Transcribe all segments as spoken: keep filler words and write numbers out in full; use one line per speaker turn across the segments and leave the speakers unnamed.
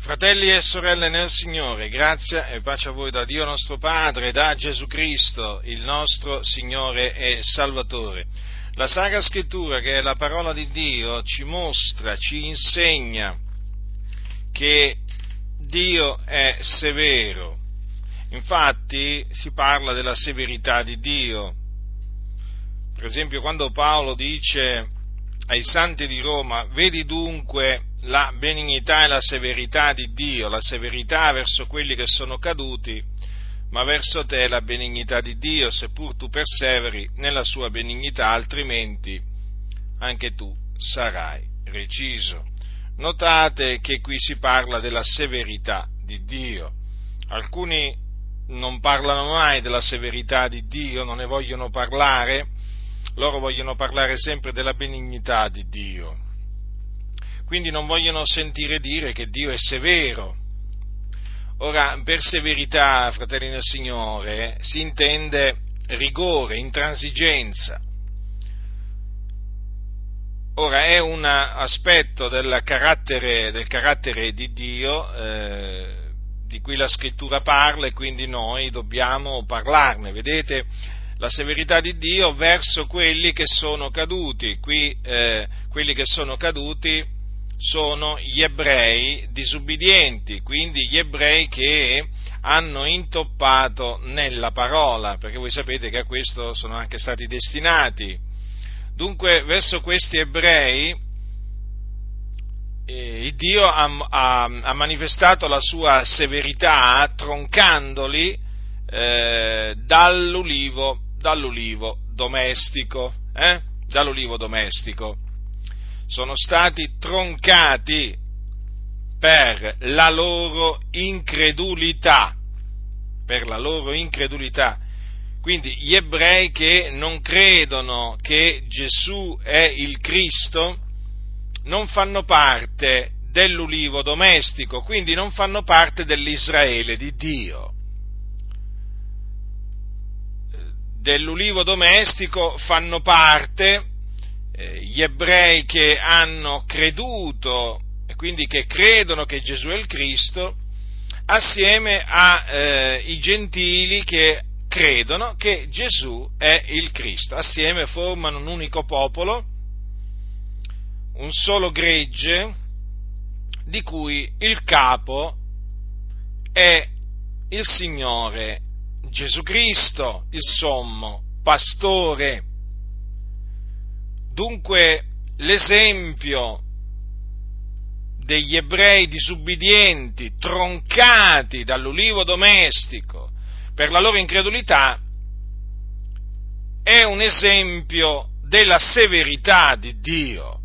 Fratelli e sorelle nel Signore, grazia e pace a voi da Dio nostro Padre e da Gesù Cristo, il nostro Signore e Salvatore. La Sacra Scrittura, che è la parola di Dio, ci mostra, ci insegna che Dio è severo. Infatti si parla della severità di Dio. Per esempio, quando Paolo dice ai santi di Roma: vedi dunque la benignità e la severità di Dio, la severità verso quelli che sono caduti, ma verso te la benignità di Dio, seppur tu perseveri nella sua benignità, altrimenti anche tu sarai reciso. Notate che qui si parla della severità di Dio. Alcuni non parlano mai della severità di Dio, non ne vogliono parlare, loro vogliono parlare sempre della benignità di Dio. Quindi non vogliono sentire dire che Dio è severo. Ora, per severità, fratelli nel Signore, si intende rigore, intransigenza. Ora, è un aspetto del carattere, del carattere di Dio, eh, di cui la Scrittura parla, e quindi noi dobbiamo parlarne. Vedete, la severità di Dio verso quelli che sono caduti. Qui, eh, quelli che sono caduti sono gli ebrei disubbidienti, quindi gli ebrei che hanno intoppato nella parola, perché voi sapete che a questo sono anche stati destinati. Dunque, verso questi ebrei eh, Dio ha, ha, ha manifestato la sua severità troncandoli eh, dall'ulivo, dall'ulivo domestico, eh? dall'ulivo domestico. Sono stati troncati per la loro incredulità, per la loro incredulità. Quindi gli ebrei che non credono che Gesù è il Cristo non fanno parte dell'ulivo domestico, quindi non fanno parte dell'Israele di Dio. Dell'ulivo domestico fanno parte gli ebrei che hanno creduto e quindi che credono che Gesù è il Cristo, assieme ai eh, gentili che credono che Gesù è il Cristo. Assieme formano un unico popolo, un solo gregge, di cui il capo è il Signore Gesù Cristo, il sommo pastore. Dunque l'esempio degli ebrei disubbidienti, troncati dall'ulivo domestico per la loro incredulità, è un esempio della severità di Dio,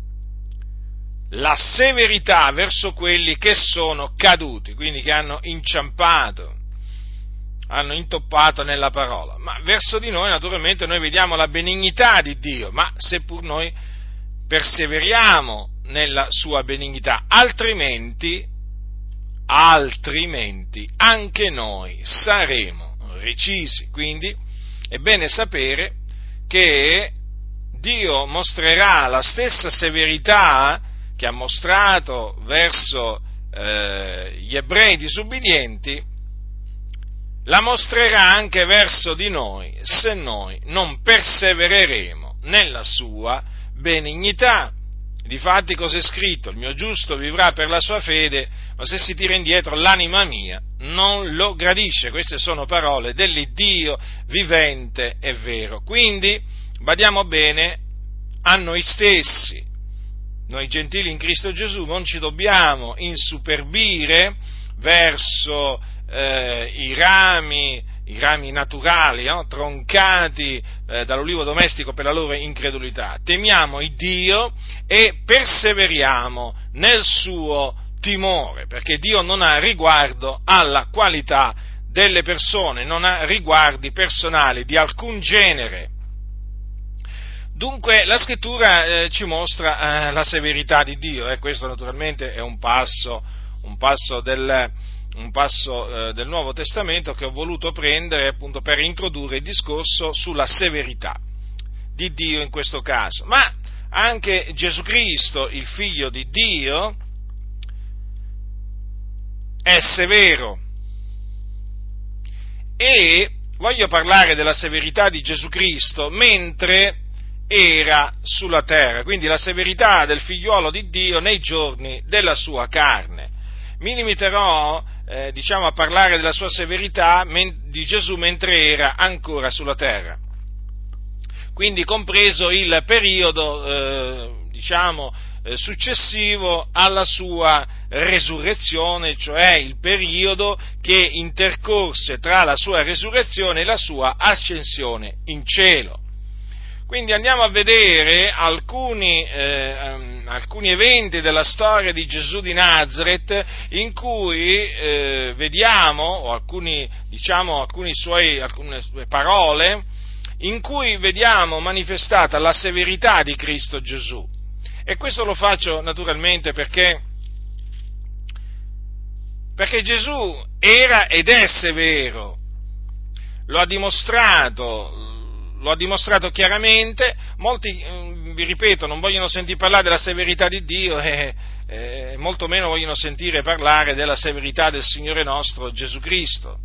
la severità verso quelli che sono caduti, quindi che hanno inciampato, hanno intoppato nella parola. Ma verso di noi, naturalmente, noi vediamo la benignità di Dio, ma seppur noi perseveriamo nella sua benignità, altrimenti, altrimenti anche noi saremo recisi. Quindi è bene sapere che Dio mostrerà la stessa severità che ha mostrato verso eh, gli ebrei disubbidienti, la mostrerà anche verso di noi, se noi non persevereremo nella sua benignità. Difatti, cos'è scritto? Il mio giusto vivrà per la sua fede, ma se si tira indietro l'anima mia non lo gradisce. Queste sono parole dell'Iddio vivente e vero. Quindi, badiamo bene a noi stessi. Noi gentili in Cristo Gesù non ci dobbiamo insuperbire verso eh, i rami, i rami naturali, no? troncati eh, dall'ulivo domestico per la loro incredulità. Temiamo il Dio e perseveriamo nel suo timore, perché Dio non ha riguardo alla qualità delle persone, non ha riguardi personali di alcun genere. Dunque la Scrittura eh, ci mostra eh, la severità di Dio, e eh, questo naturalmente è un passo, un passo, del, un passo eh, del Nuovo Testamento che ho voluto prendere appunto per introdurre il discorso sulla severità di Dio in questo caso. Ma anche Gesù Cristo, il Figlio di Dio, è severo. E voglio parlare della severità di Gesù Cristo mentre era sulla terra, quindi la severità del figliuolo di Dio nei giorni della sua carne. Mi limiterò, eh, diciamo, a parlare della sua severità men- di Gesù mentre era ancora sulla terra, quindi compreso il periodo, eh, diciamo, eh, successivo alla sua resurrezione, cioè il periodo che intercorse tra la sua resurrezione e la sua ascensione in cielo. Quindi andiamo a vedere alcuni, eh, alcuni eventi della storia di Gesù di Nazaret in cui eh, vediamo, o alcuni, diciamo, alcuni suoi, alcune sue parole, in cui vediamo manifestata la severità di Cristo Gesù. E questo lo faccio naturalmente perché, perché Gesù era ed è severo, lo ha dimostrato, lo ha dimostrato chiaramente. Molti, vi ripeto, non vogliono sentire parlare della severità di Dio e, e molto meno vogliono sentire parlare della severità del Signore nostro Gesù Cristo.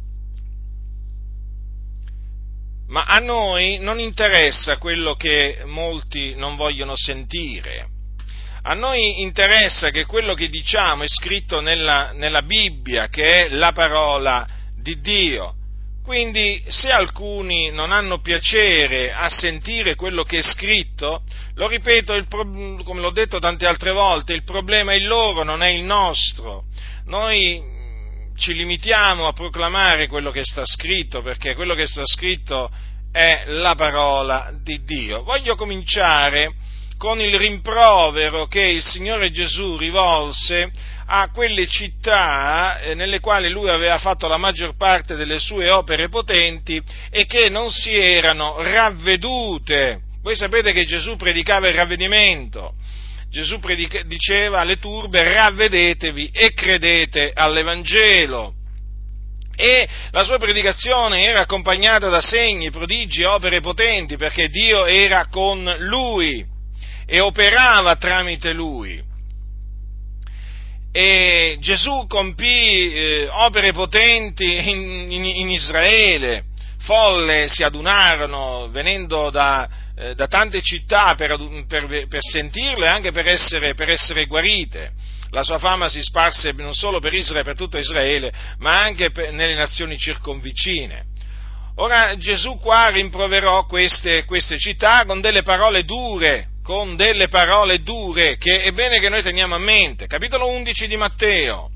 Ma a noi non interessa quello che molti non vogliono sentire. A noi interessa che quello che diciamo è scritto nella, nella Bibbia, che è la parola di Dio. Quindi, se alcuni non hanno piacere a sentire quello che è scritto, lo ripeto, il pro- come l'ho detto tante altre volte, il problema è il loro, non è il nostro. Noi ci limitiamo a proclamare quello che sta scritto, perché quello che sta scritto è la parola di Dio. Voglio cominciare con il rimprovero che il Signore Gesù rivolse a quelle città nelle quali lui aveva fatto la maggior parte delle sue opere potenti e che non si erano ravvedute. Voi sapete che Gesù predicava il ravvedimento. Gesù predica, diceva alle turbe: ravvedetevi e credete all'Evangelo. E la sua predicazione era accompagnata da segni, prodigi e opere potenti, perché Dio era con lui e operava tramite lui. E Gesù compì eh, opere potenti in, in, in Israele, folle si adunarono venendo da, eh, da tante città per, per, per sentirlo e anche per essere, per essere guarite. La sua fama si sparse non solo per Israele, per tutto Israele, ma anche per, nelle nazioni circonvicine. Ora Gesù qua rimproverò queste, queste città con delle parole dure, con delle parole dure, che è bene che noi teniamo a mente. Capitolo undici di Matteo.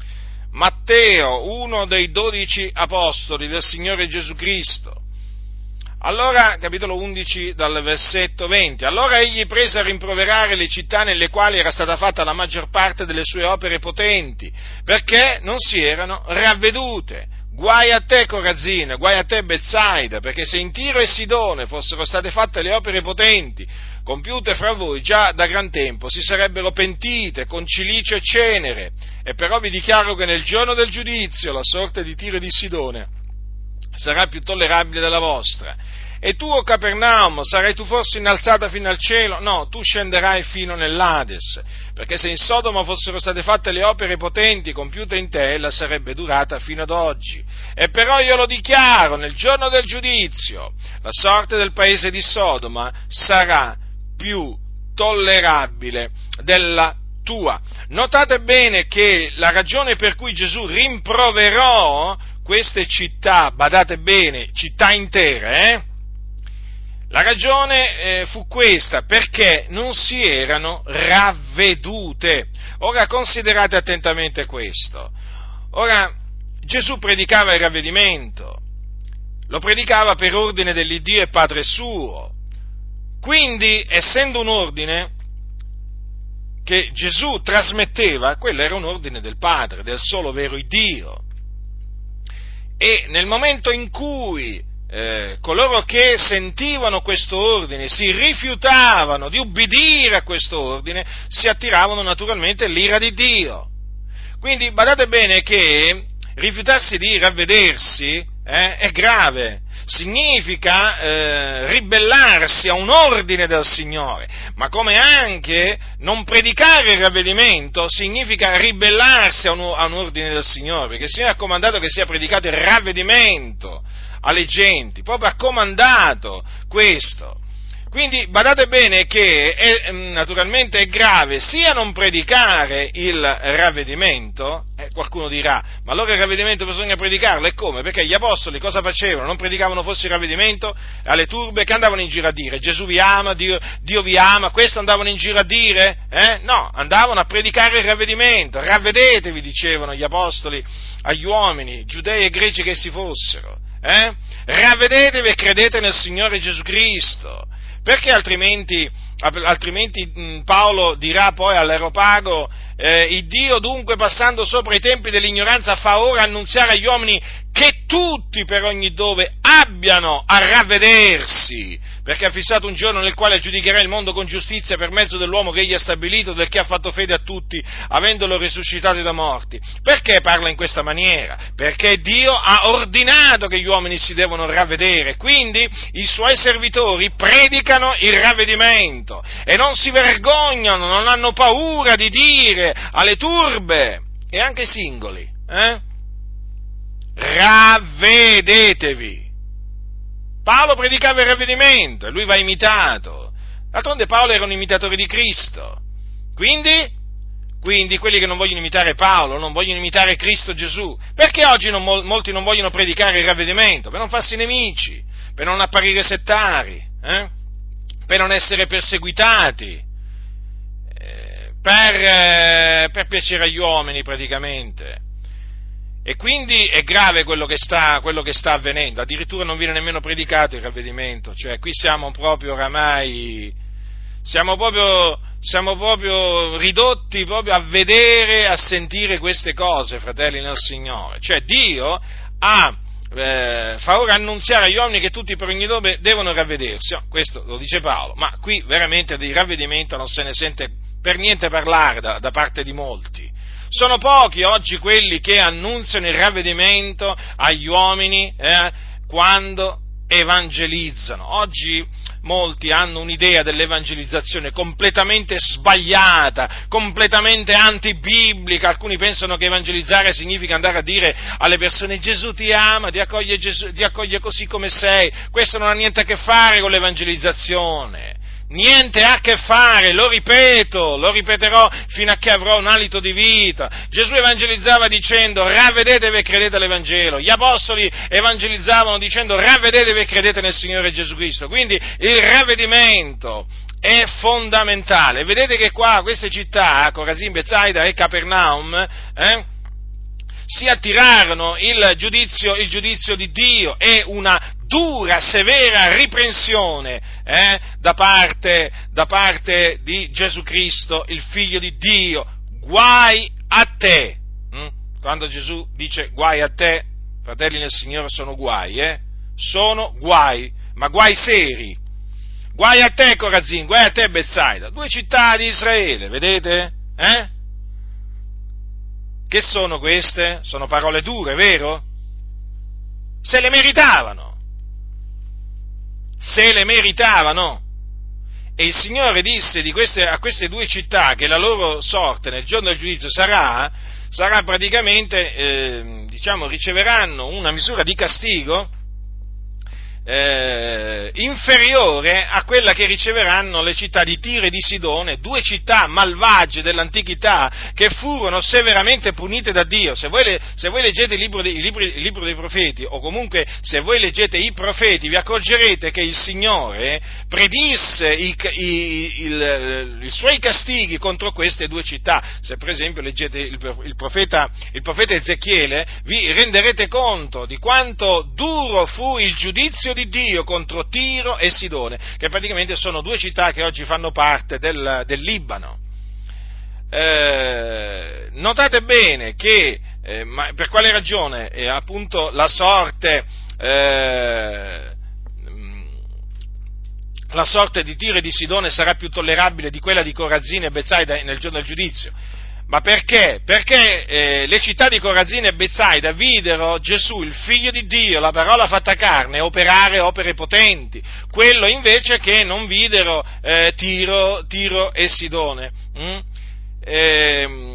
Matteo, uno dei dodici apostoli del Signore Gesù Cristo. Allora, capitolo undici dal versetto venti, allora egli prese a rimproverare le città nelle quali era stata fatta la maggior parte delle sue opere potenti, perché non si erano ravvedute. Guai a te Corazina, guai a te Betsaida, perché se in Tiro e Sidone fossero state fatte le opere potenti, compiute fra voi già da gran tempo, si sarebbero pentite con cilicio e cenere, e però vi dichiaro che nel giorno del giudizio la sorte di Tiro e di Sidone sarà più tollerabile della vostra. E tu, o Capernaum, sarai tu forse innalzata fino al cielo? No, tu scenderai fino nell'Ades, perché se in Sodoma fossero state fatte le opere potenti compiute in te, ella sarebbe durata fino ad oggi. E però io lo dichiaro, nel giorno del giudizio, la sorte del paese di Sodoma sarà più tollerabile della tua. Notate bene che la ragione per cui Gesù rimproverò queste città, badate bene, città intere, eh? La ragione eh, fu questa, perché non si erano ravvedute. Ora considerate attentamente questo. Ora, Gesù predicava il ravvedimento, lo predicava per ordine dell'Iddio e Padre suo. Quindi, essendo un ordine che Gesù trasmetteva, quello era un ordine del Padre, del solo vero Iddio. E nel momento in cui eh, coloro che sentivano questo ordine si rifiutavano di ubbidire a questo ordine, si attiravano naturalmente l'ira di Dio. Quindi badate bene che rifiutarsi di ravvedersi eh, è grave, significa eh, ribellarsi a un ordine del Signore, ma come anche non predicare il ravvedimento significa ribellarsi a un, a un ordine del Signore, perché il Signore ha comandato che sia predicato il ravvedimento alle genti, proprio ha comandato questo. Quindi badate bene che è, naturalmente è grave sia non predicare il ravvedimento, eh, qualcuno dirà, ma allora il ravvedimento bisogna predicarlo, e come? Perché gli apostoli cosa facevano? Non predicavano forse il ravvedimento alle turbe? Che andavano in giro a dire? Gesù vi ama, Dio, Dio vi ama, questo andavano in giro a dire? Eh? No, andavano a predicare il ravvedimento, ravvedetevi, dicevano gli apostoli agli uomini, giudei e greci che essi fossero, eh? Ravvedetevi e credete nel Signore Gesù Cristo. Perché altrimenti, altrimenti mh, Paolo dirà poi all'Areopago, eh, il Dio dunque passando sopra i tempi dell'ignoranza fa ora annunziare agli uomini che tutti per ogni dove abbiano a ravvedersi, perché ha fissato un giorno nel quale giudicherà il mondo con giustizia per mezzo dell'uomo che egli ha stabilito, del che ha fatto fede a tutti, avendolo risuscitati da morti. Perché parla in questa maniera? Perché Dio ha ordinato che gli uomini si devono ravvedere, quindi i suoi servitori predicano il ravvedimento e non si vergognano, non hanno paura di dire alle turbe e anche ai singoli, eh? Ravvedetevi. Paolo predicava il ravvedimento e lui va imitato. D'altronde Paolo era un imitatore di Cristo. Quindi, quindi quelli che non vogliono imitare Paolo, non vogliono imitare Cristo Gesù, perché oggi non, molti non vogliono predicare il ravvedimento? Per non farsi nemici, per non apparire settari, eh? Per non essere perseguitati, eh, per, eh, per piacere agli uomini praticamente. E quindi è grave quello che sta, quello che sta avvenendo, addirittura non viene nemmeno predicato il ravvedimento, cioè qui siamo proprio oramai, siamo proprio, siamo proprio ridotti proprio a vedere, a sentire queste cose, fratelli nel Signore, cioè Dio ha, eh, fa ora annunziare agli uomini che tutti per ogni dove devono ravvedersi, oh, questo lo dice Paolo, ma qui veramente di ravvedimento non se ne sente per niente parlare da, da parte di molti. Sono pochi oggi quelli che annunziano il ravvedimento agli uomini eh, quando evangelizzano. Oggi molti hanno un'idea dell'evangelizzazione completamente sbagliata, completamente antibiblica. Alcuni pensano che evangelizzare significa andare a dire alle persone Gesù ti ama, ti accoglie, Gesù, ti accoglie così come sei. Questo non ha niente a che fare con l'evangelizzazione. Niente ha a che fare, lo ripeto, lo ripeterò fino a che avrò un alito di vita. Gesù evangelizzava dicendo ravvedetevi e credete all'Evangelo, gli apostoli evangelizzavano dicendo ravvedetevi e credete nel Signore Gesù Cristo, quindi il ravvedimento è fondamentale. Vedete che qua queste città, Corazin, Betsaida e Capernaum, eh, si attirarono il giudizio, il giudizio di Dio e una dura, severa riprensione eh, da parte, da parte di Gesù Cristo, il Figlio di Dio. Guai a te! Mm? Quando Gesù dice guai a te, fratelli nel Signore, sono guai, eh? Sono guai, ma guai seri. Guai a te, Corazin, guai a te, Betsaida, due città di Israele, vedete? Eh? Che sono queste? Sono parole dure, vero? Se le meritavano. Se le meritavano. E il Signore disse di queste, a queste due città che la loro sorte nel giorno del giudizio sarà, sarà praticamente, eh, diciamo, riceveranno una misura di castigo Eh, inferiore a quella che riceveranno le città di Tiro e di Sidone, due città malvagie dell'antichità che furono severamente punite da Dio. Se voi, le, se voi leggete il libro, dei, il, libro, il libro dei profeti, o comunque se voi leggete i profeti, vi accorgerete che il Signore predisse i, i, il, i suoi castighi contro queste due città. Se per esempio leggete il, il, profeta, il profeta Ezechiele, vi renderete conto di quanto duro fu il giudizio di Dio contro Tiro e Sidone, che praticamente sono due città che oggi fanno parte del, del Libano. Eh, notate bene che, eh, ma per quale ragione eh, appunto la sorte, eh, la sorte di Tiro e di Sidone sarà più tollerabile di quella di Corazin e Betsaida nel giorno del giudizio? Ma perché? Perché eh, le città di Corazina e Betsaida videro Gesù, il Figlio di Dio, la parola fatta carne, operare opere potenti, quello invece che non videro eh, Tiro, Tiro e Sidone. Mm? Ehm,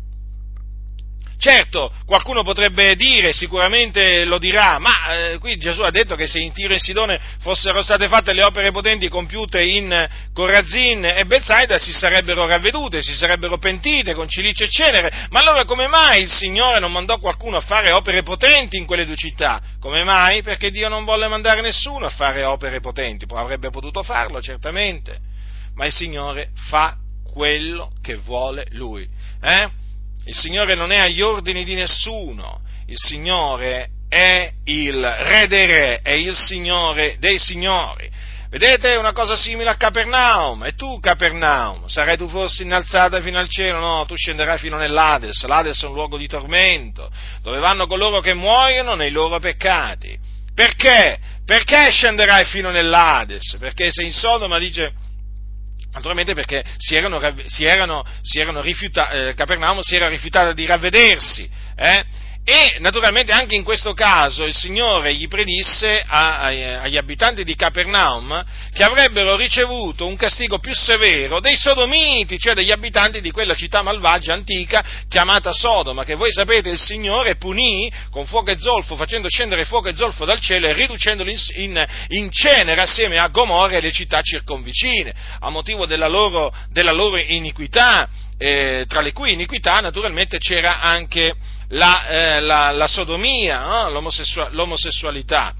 Certo, qualcuno potrebbe dire, sicuramente lo dirà, ma eh, qui Gesù ha detto che se in Tiro e Sidone fossero state fatte le opere potenti compiute in Corazin e Betsaida si sarebbero ravvedute, si sarebbero pentite con cilice e cenere, ma allora come mai il Signore non mandò qualcuno a fare opere potenti in quelle due città? Come mai? Perché Dio non volle mandare nessuno a fare opere potenti, poi avrebbe potuto farlo certamente, ma il Signore fa quello che vuole Lui, eh? Il Signore non è agli ordini di nessuno, il Signore è il Re dei Re, è il Signore dei Signori. Vedete, è una cosa simile a Capernaum, e tu Capernaum, sarai tu forse innalzata fino al cielo? No, tu scenderai fino nell'Ades, l'Ades è un luogo di tormento, dove vanno coloro che muoiono nei loro peccati. Perché? Perché scenderai fino nell'Ades? Perché se in Sodoma dice... Naturalmente perché si erano, si erano, si erano rifiutati, eh, Capernaum si era rifiutata di ravvedersi, eh? E naturalmente anche in questo caso il Signore gli predisse a, a, agli abitanti di Capernaum che avrebbero ricevuto un castigo più severo dei sodomiti, cioè degli abitanti di quella città malvagia antica chiamata Sodoma, che voi sapete il Signore punì con fuoco e zolfo, facendo scendere fuoco e zolfo dal cielo e riducendoli in, in, in cenere assieme a Gomorra e le città circonvicine, a motivo della loro, della loro iniquità, eh, tra le cui iniquità naturalmente c'era anche La, eh, la, la sodomia, no? L'omosessual, l'omosessualità.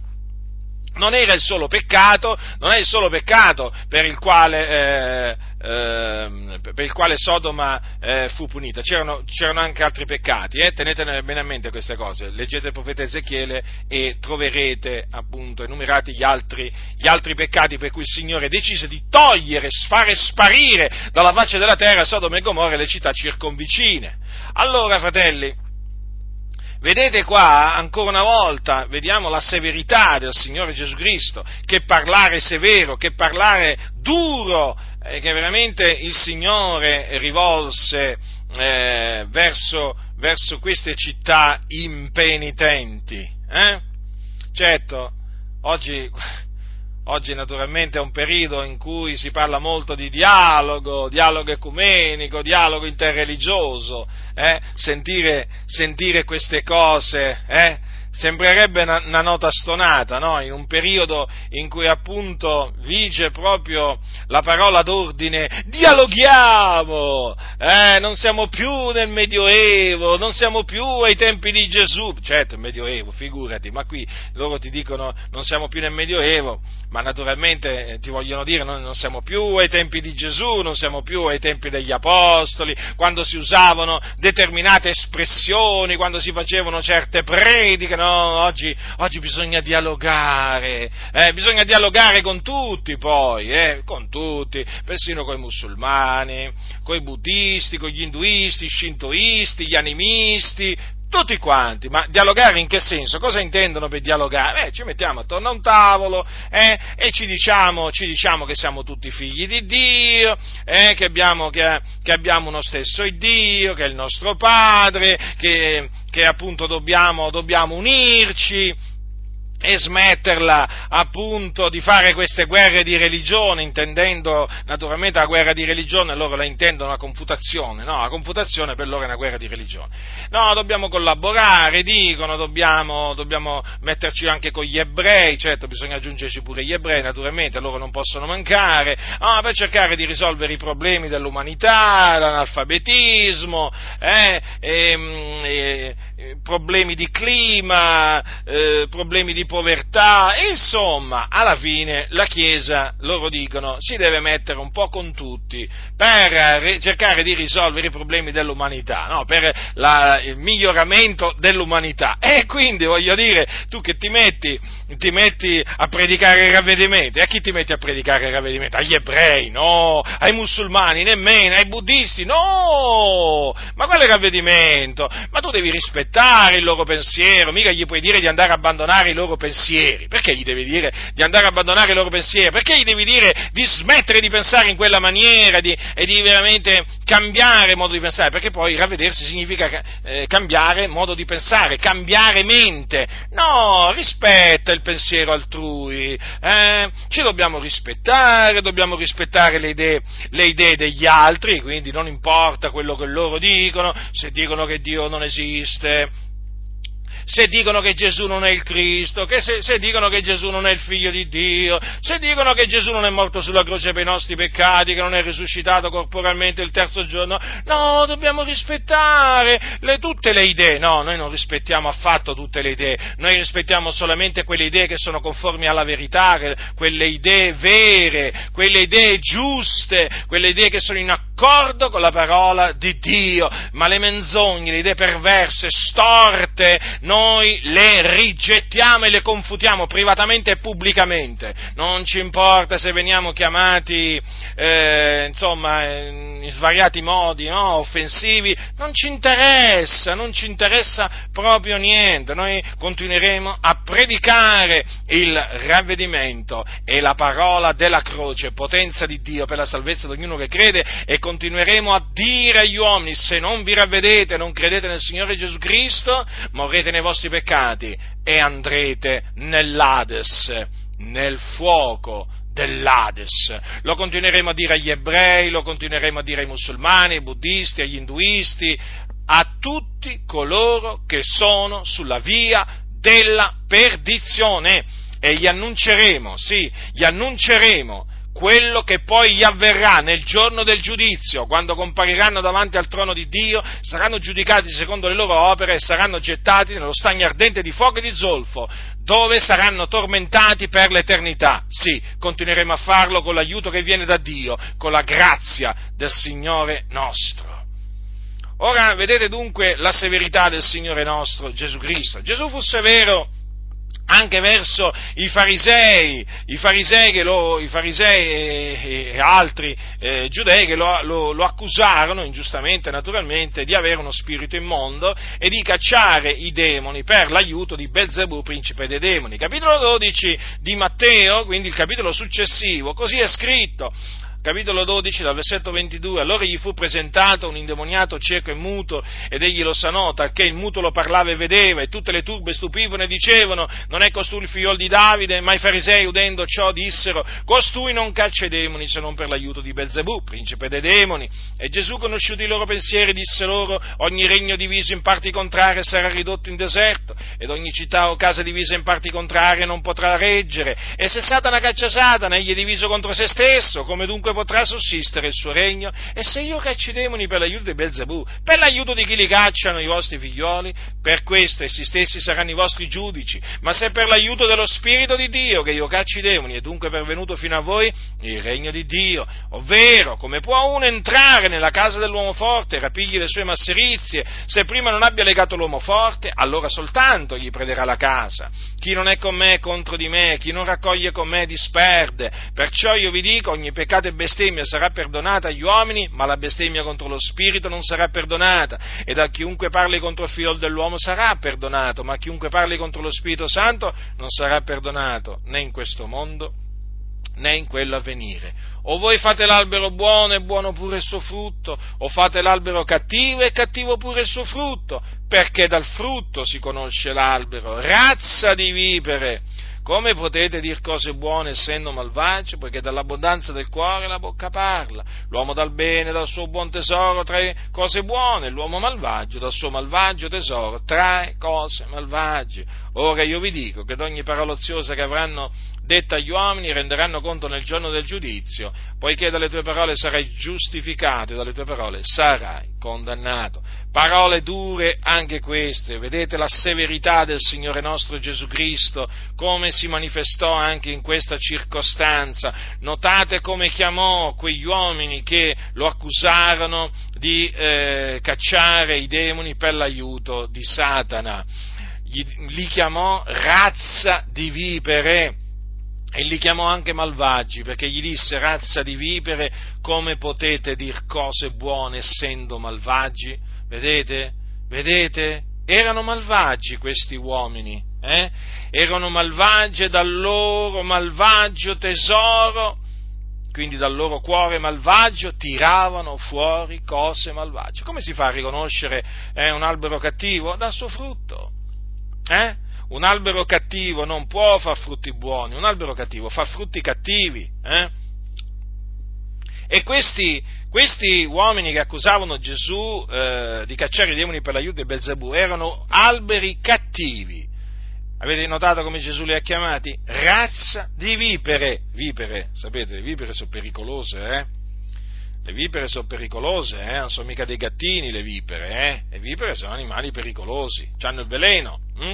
Non era il solo peccato, non è il solo peccato per il quale, eh, eh, per il quale Sodoma eh, fu punita, c'erano, c'erano anche altri peccati, eh? Tenetene bene a mente queste cose, leggete il profeta Ezechiele e troverete appunto enumerati gli altri, gli altri peccati per cui il Signore decise di togliere, fare sparire dalla faccia della terra Sodoma e Gomorra e le città circonvicine. Allora, fratelli, vedete qua, ancora una volta, vediamo la severità del Signore Gesù Cristo, che parlare severo, che parlare duro, eh, che veramente il Signore rivolse eh, verso, verso queste città impenitenti. Eh? Certo, oggi... Oggi naturalmente è un periodo in cui si parla molto di dialogo, dialogo ecumenico, dialogo interreligioso, eh? sentire, sentire queste cose, eh? Sembrerebbe una, una nota stonata, no? In un periodo in cui appunto vige proprio la parola d'ordine, dialoghiamo, eh? Non siamo più nel Medioevo, non siamo più ai tempi di Gesù, certo il Medioevo, figurati, ma qui loro ti dicono non siamo più nel Medioevo, ma naturalmente eh, ti vogliono dire noi non siamo più ai tempi di Gesù, non siamo più ai tempi degli Apostoli, quando si usavano determinate espressioni, quando si facevano certe prediche. No, oggi, oggi bisogna dialogare, eh, bisogna dialogare con tutti poi, eh, con tutti, persino con i musulmani, con i buddisti, con gli induisti, i shintoisti, gli animisti, tutti quanti. Ma dialogare in che senso? Cosa intendono per dialogare? Eh, ci mettiamo attorno a un tavolo eh, e ci diciamo, ci diciamo che siamo tutti figli di Dio, eh, che, abbiamo, che, che abbiamo uno stesso Dio, che è il nostro Padre, che, che appunto dobbiamo, dobbiamo unirci e smetterla appunto di fare queste guerre di religione, intendendo naturalmente la guerra di religione, loro la intendono la confutazione, no? La confutazione per loro è una guerra di religione. No, dobbiamo collaborare, dicono, dobbiamo, dobbiamo metterci anche con gli ebrei, certo bisogna aggiungerci pure gli ebrei, naturalmente, loro non possono mancare, no, per cercare di risolvere i problemi dell'umanità, l'analfabetismo, eh, e, e, problemi di clima, eh, problemi di povertà, e insomma, alla fine la Chiesa, loro dicono, si deve mettere un po' con tutti per re- cercare di risolvere i problemi dell'umanità, no? Per la, il miglioramento dell'umanità. E quindi, voglio dire, tu che ti metti, ti metti a predicare il ravvedimento, e a chi ti metti a predicare il ravvedimento? Agli ebrei, no, ai musulmani, nemmeno, ai buddisti, no, ma quale ravvedimento? Ma tu devi rispettare rispettare il loro pensiero, mica gli puoi dire di andare a abbandonare i loro pensieri. Perché gli devi dire di andare a abbandonare i loro pensieri? Perché gli devi dire di smettere di pensare in quella maniera di, e di veramente cambiare modo di pensare? Perché poi ravvedersi significa eh, cambiare modo di pensare, cambiare mente. No, rispetta il pensiero altrui, eh? Ci dobbiamo rispettare, dobbiamo rispettare le idee, le idee degli altri, quindi non importa quello che loro dicono, se dicono che Dio non esiste, se dicono che Gesù non è il Cristo, che se, se dicono che Gesù non è il Figlio di Dio, se dicono che Gesù non è morto sulla croce per i nostri peccati, che non è risuscitato corporalmente il terzo giorno, no, dobbiamo rispettare le, tutte le idee. No, noi non rispettiamo affatto tutte le idee, noi rispettiamo solamente quelle idee che sono conformi alla verità, quelle idee vere, quelle idee giuste, quelle idee che sono in accordo con la parola di Dio, ma le menzogne, le idee perverse, storte, noi le rigettiamo e le confutiamo privatamente e pubblicamente. Non ci importa se veniamo chiamati, eh, insomma, in svariati modi, no, offensivi, non ci interessa, non ci interessa proprio niente. Noi continueremo a predicare il ravvedimento e la parola della croce, potenza di Dio per la salvezza di ognuno che crede, e continueremo a dire agli uomini: se non vi ravvedete, non credete nel Signore Gesù Cristo, morrete nei vostri peccati e andrete nell'Ades, nel fuoco dell'Ades. Lo continueremo a dire agli ebrei, lo continueremo a dire ai musulmani, ai buddisti, agli induisti, a tutti coloro che sono sulla via della perdizione, e gli annunceremo, sì, gli annunceremo quello che poi gli avverrà nel giorno del giudizio, quando compariranno davanti al trono di Dio, saranno giudicati secondo le loro opere e saranno gettati nello stagno ardente di fuoco e di zolfo, dove saranno tormentati per l'eternità. Sì, continueremo a farlo con l'aiuto che viene da Dio, con la grazia del Signore nostro. Ora, vedete dunque la severità del Signore nostro Gesù Cristo. Gesù fu severo anche verso i farisei, i farisei, che lo, i farisei e, e altri eh, giudei che lo, lo, lo accusarono, ingiustamente naturalmente, di avere uno spirito immondo e di cacciare i demoni per l'aiuto di Belzebù, principe dei demoni. Capitolo dodici di Matteo, quindi il capitolo successivo, così è scritto. Capitolo dodici, dal versetto ventidue: allora gli fu presentato un indemoniato cieco e muto, ed egli lo sanò, talché il muto lo parlava e vedeva, e tutte le turbe stupivano e dicevano: non è costui il figliol di Davide? Ma i farisei, udendo ciò, dissero: costui non caccia i demoni se non per l'aiuto di Belzebù, principe dei demoni. E Gesù, conosciuti i loro pensieri, disse loro: ogni regno diviso in parti contrarie sarà ridotto in deserto, ed ogni città o casa divisa in parti contrarie non potrà reggere. E se Satana caccia Satana, egli è diviso contro se stesso, come dunque potrà sussistere il suo regno? E se io caccio i demoni per l'aiuto di Belzebù, per l'aiuto di chi li cacciano, i vostri figlioli? Per questo essi stessi saranno i vostri giudici. Ma se per l'aiuto dello Spirito di Dio che io caccio i demoni, è dunque pervenuto fino a voi il regno di Dio. Ovvero, come può uno entrare nella casa dell'uomo forte e rapigli le sue masserizie, se prima non abbia legato l'uomo forte? Allora soltanto gli prederà la casa. Chi non è con me è contro di me, chi non raccoglie con me disperde. Perciò io vi dico, ogni peccato e bestemmia sarà perdonata agli uomini, ma la bestemmia contro lo spirito non sarà perdonata, ed a chiunque parli contro il figlio dell'uomo sarà perdonato, ma a chiunque parli contro lo Spirito Santo non sarà perdonato, né in questo mondo né in quello a venire. O voi fate l'albero buono e buono pure il suo frutto, o fate l'albero cattivo e cattivo pure il suo frutto, perché dal frutto si conosce l'albero. Razza di vipere! Come potete dir cose buone essendo malvagi? Poiché dall'abbondanza del cuore la bocca parla. L'uomo dal bene, dal suo buon tesoro, trae cose buone, l'uomo malvagio dal suo malvagio tesoro trae cose malvagie. Ora io vi dico che d'ogni parola oziosa che avranno detta agli uomini renderanno conto nel giorno del giudizio, poiché dalle tue parole sarai giustificato e dalle tue parole sarai condannato. Parole dure anche queste, vedete la severità del Signore nostro Gesù Cristo, come si manifestò anche in questa circostanza. Notate come chiamò quegli uomini che lo accusarono di eh, cacciare i demoni per l'aiuto di Satana. Gli, li chiamò razza di vipere. E li chiamò anche malvagi, perché gli disse: razza di vipere, come potete dir cose buone essendo malvagi? Vedete? Vedete? erano malvagi questi uomini, eh? erano malvagi e dal loro malvagio tesoro, quindi dal loro cuore malvagio, tiravano fuori cose malvagie. Come si fa a riconoscere eh, un albero cattivo? Dal suo frutto. Eh? Un albero cattivo non può far frutti buoni, un albero cattivo fa frutti cattivi. Eh? E questi, questi uomini che accusavano Gesù eh, di cacciare i demoni per l'aiuto di Belzebù erano alberi cattivi. Avete notato come Gesù li ha chiamati? Razza di vipere. Vipere, sapete, le vipere sono pericolose, eh? Le vipere sono pericolose, eh? Non sono mica dei gattini le vipere, eh? Le vipere sono animali pericolosi, hanno il veleno. Hm?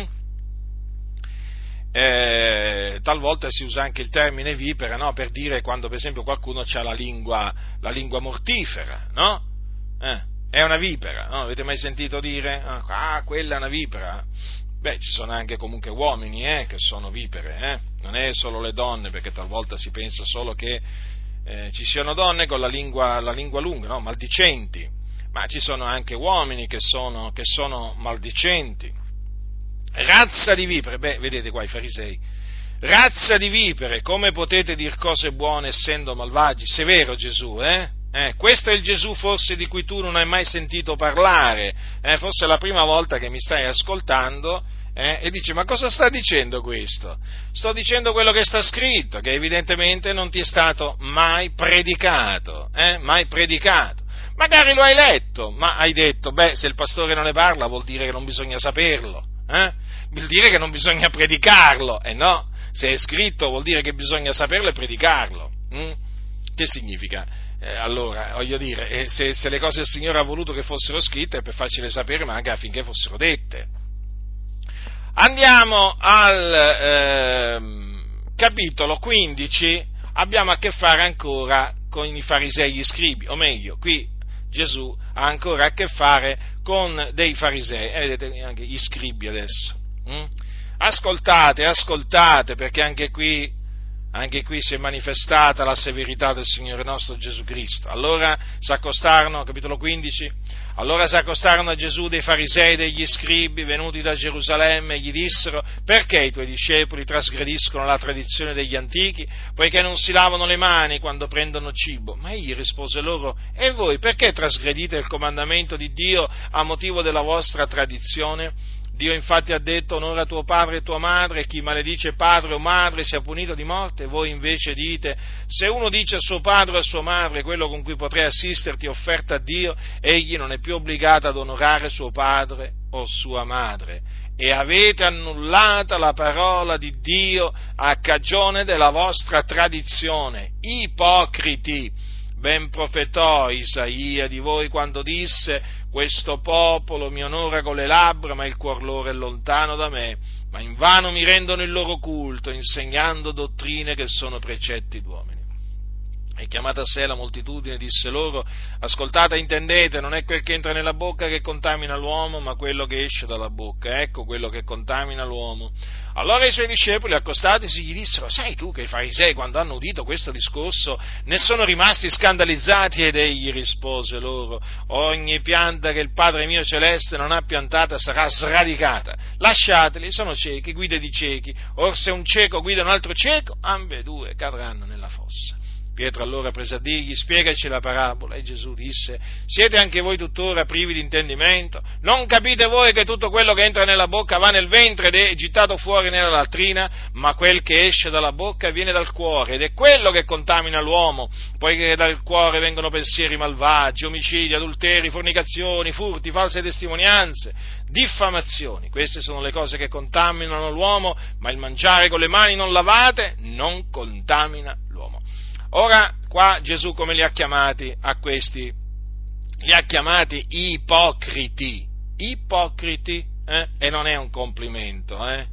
Eh, talvolta si usa anche il termine vipera, no? Per dire quando per esempio qualcuno ha la lingua, la lingua mortifera, no? Eh, è una vipera, no? Avete mai sentito dire? Ah, quella è una vipera? Beh, ci sono anche comunque uomini eh, che sono vipere, eh? Non è solo le donne, perché talvolta si pensa solo che eh, ci siano donne con la lingua, la lingua lunga, no? Maldicenti, ma ci sono anche uomini che sono, che sono maldicenti. Razza di vipere, beh, vedete qua i farisei, razza di vipere, come potete dir cose buone essendo malvagi? Severo Gesù, eh? Eh, questo è il Gesù forse di cui tu non hai mai sentito parlare, eh, forse è la prima volta che mi stai ascoltando eh, e dici: ma cosa sta dicendo questo? Sto dicendo quello che sta scritto, che evidentemente non ti è stato mai predicato, eh, mai predicato. Magari lo hai letto, ma hai detto: beh, se il pastore non ne parla vuol dire che non bisogna saperlo, eh? Vuol dire che non bisogna predicarlo, e eh no, se è scritto vuol dire che bisogna saperlo e predicarlo. Hm? Che significa? Eh, allora, voglio dire, eh, se, se le cose del Signore ha voluto che fossero scritte è per farcele sapere, ma anche affinché fossero dette. Andiamo al eh, capitolo quindici, abbiamo a che fare ancora con i farisei e gli scribi, o meglio, qui Gesù ha ancora a che fare con dei farisei, e vedete anche gli scribi adesso. Hm? Ascoltate, ascoltate, perché anche qui Anche qui si è manifestata la severità del Signore nostro Gesù Cristo. Allora si accostarono, capitolo quindici, allora si accostarono a Gesù dei farisei e degli scribi venuti da Gerusalemme e gli dissero: perché i tuoi discepoli trasgrediscono la tradizione degli antichi, poiché non si lavano le mani quando prendono cibo? Ma egli rispose loro: e voi perché trasgredite il comandamento di Dio a motivo della vostra tradizione? Dio infatti ha detto: onora tuo padre e tua madre, e chi maledice padre o madre sia punito di morte. Voi invece dite: se uno dice a suo padre o a sua madre quello con cui potrei assisterti è offerta a Dio, egli non è più obbligato ad onorare suo padre o sua madre. E avete annullata la parola di Dio a cagione della vostra tradizione. Ipocriti! Ben profetò Isaia di voi quando disse: questo popolo mi onora con le labbra, ma il cuor loro è lontano da me, ma invano mi rendono il loro culto, insegnando dottrine che sono precetti d'uomini. E chiamata a sé la moltitudine disse loro: ascoltate e intendete, non è quel che entra nella bocca che contamina l'uomo, ma quello che esce dalla bocca, ecco quello che contamina l'uomo. Allora i suoi discepoli, accostatisi, gli dissero: sai tu che i farisei, quando hanno udito questo discorso, ne sono rimasti scandalizzati? Ed egli rispose loro: ogni pianta che il Padre mio celeste non ha piantata sarà sradicata. Lasciateli, sono ciechi, guide di ciechi. Or se un cieco guida un altro cieco, ambedue cadranno nella fossa. Pietro allora prese a dirgli: spiegaci la parabola. E Gesù disse: siete anche voi tuttora privi di intendimento? Non capite voi che tutto quello che entra nella bocca va nel ventre ed è gettato fuori nella latrina? Ma quel che esce dalla bocca viene dal cuore, ed è quello che contamina l'uomo, poiché dal cuore vengono pensieri malvagi, omicidi, adulteri, fornicazioni, furti, false testimonianze, diffamazioni. Queste sono le cose che contaminano l'uomo, ma il mangiare con le mani non lavate non contamina l'uomo. Ora, qua Gesù come li ha chiamati a questi? Li ha chiamati ipocriti, ipocriti, eh? E non è un complimento, eh?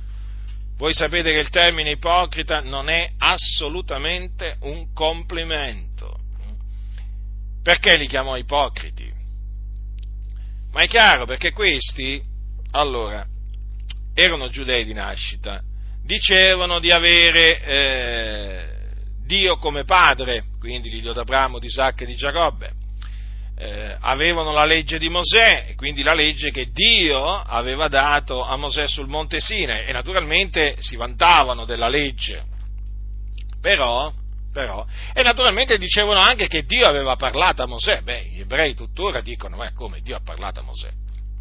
Voi sapete che il termine ipocrita non è assolutamente un complimento. Perché li chiamò ipocriti? Ma è chiaro, perché questi, allora, erano giudei di nascita, dicevano di avere eh, Dio come padre, quindi l'Iddio d'Abramo, di Isacco e di Giacobbe, eh, avevano la legge di Mosè, e quindi la legge che Dio aveva dato a Mosè sul Monte Sinai, e naturalmente si vantavano della legge, però, però, e naturalmente dicevano anche che Dio aveva parlato a Mosè. Beh, gli ebrei tuttora dicono, ma come Dio ha parlato a Mosè?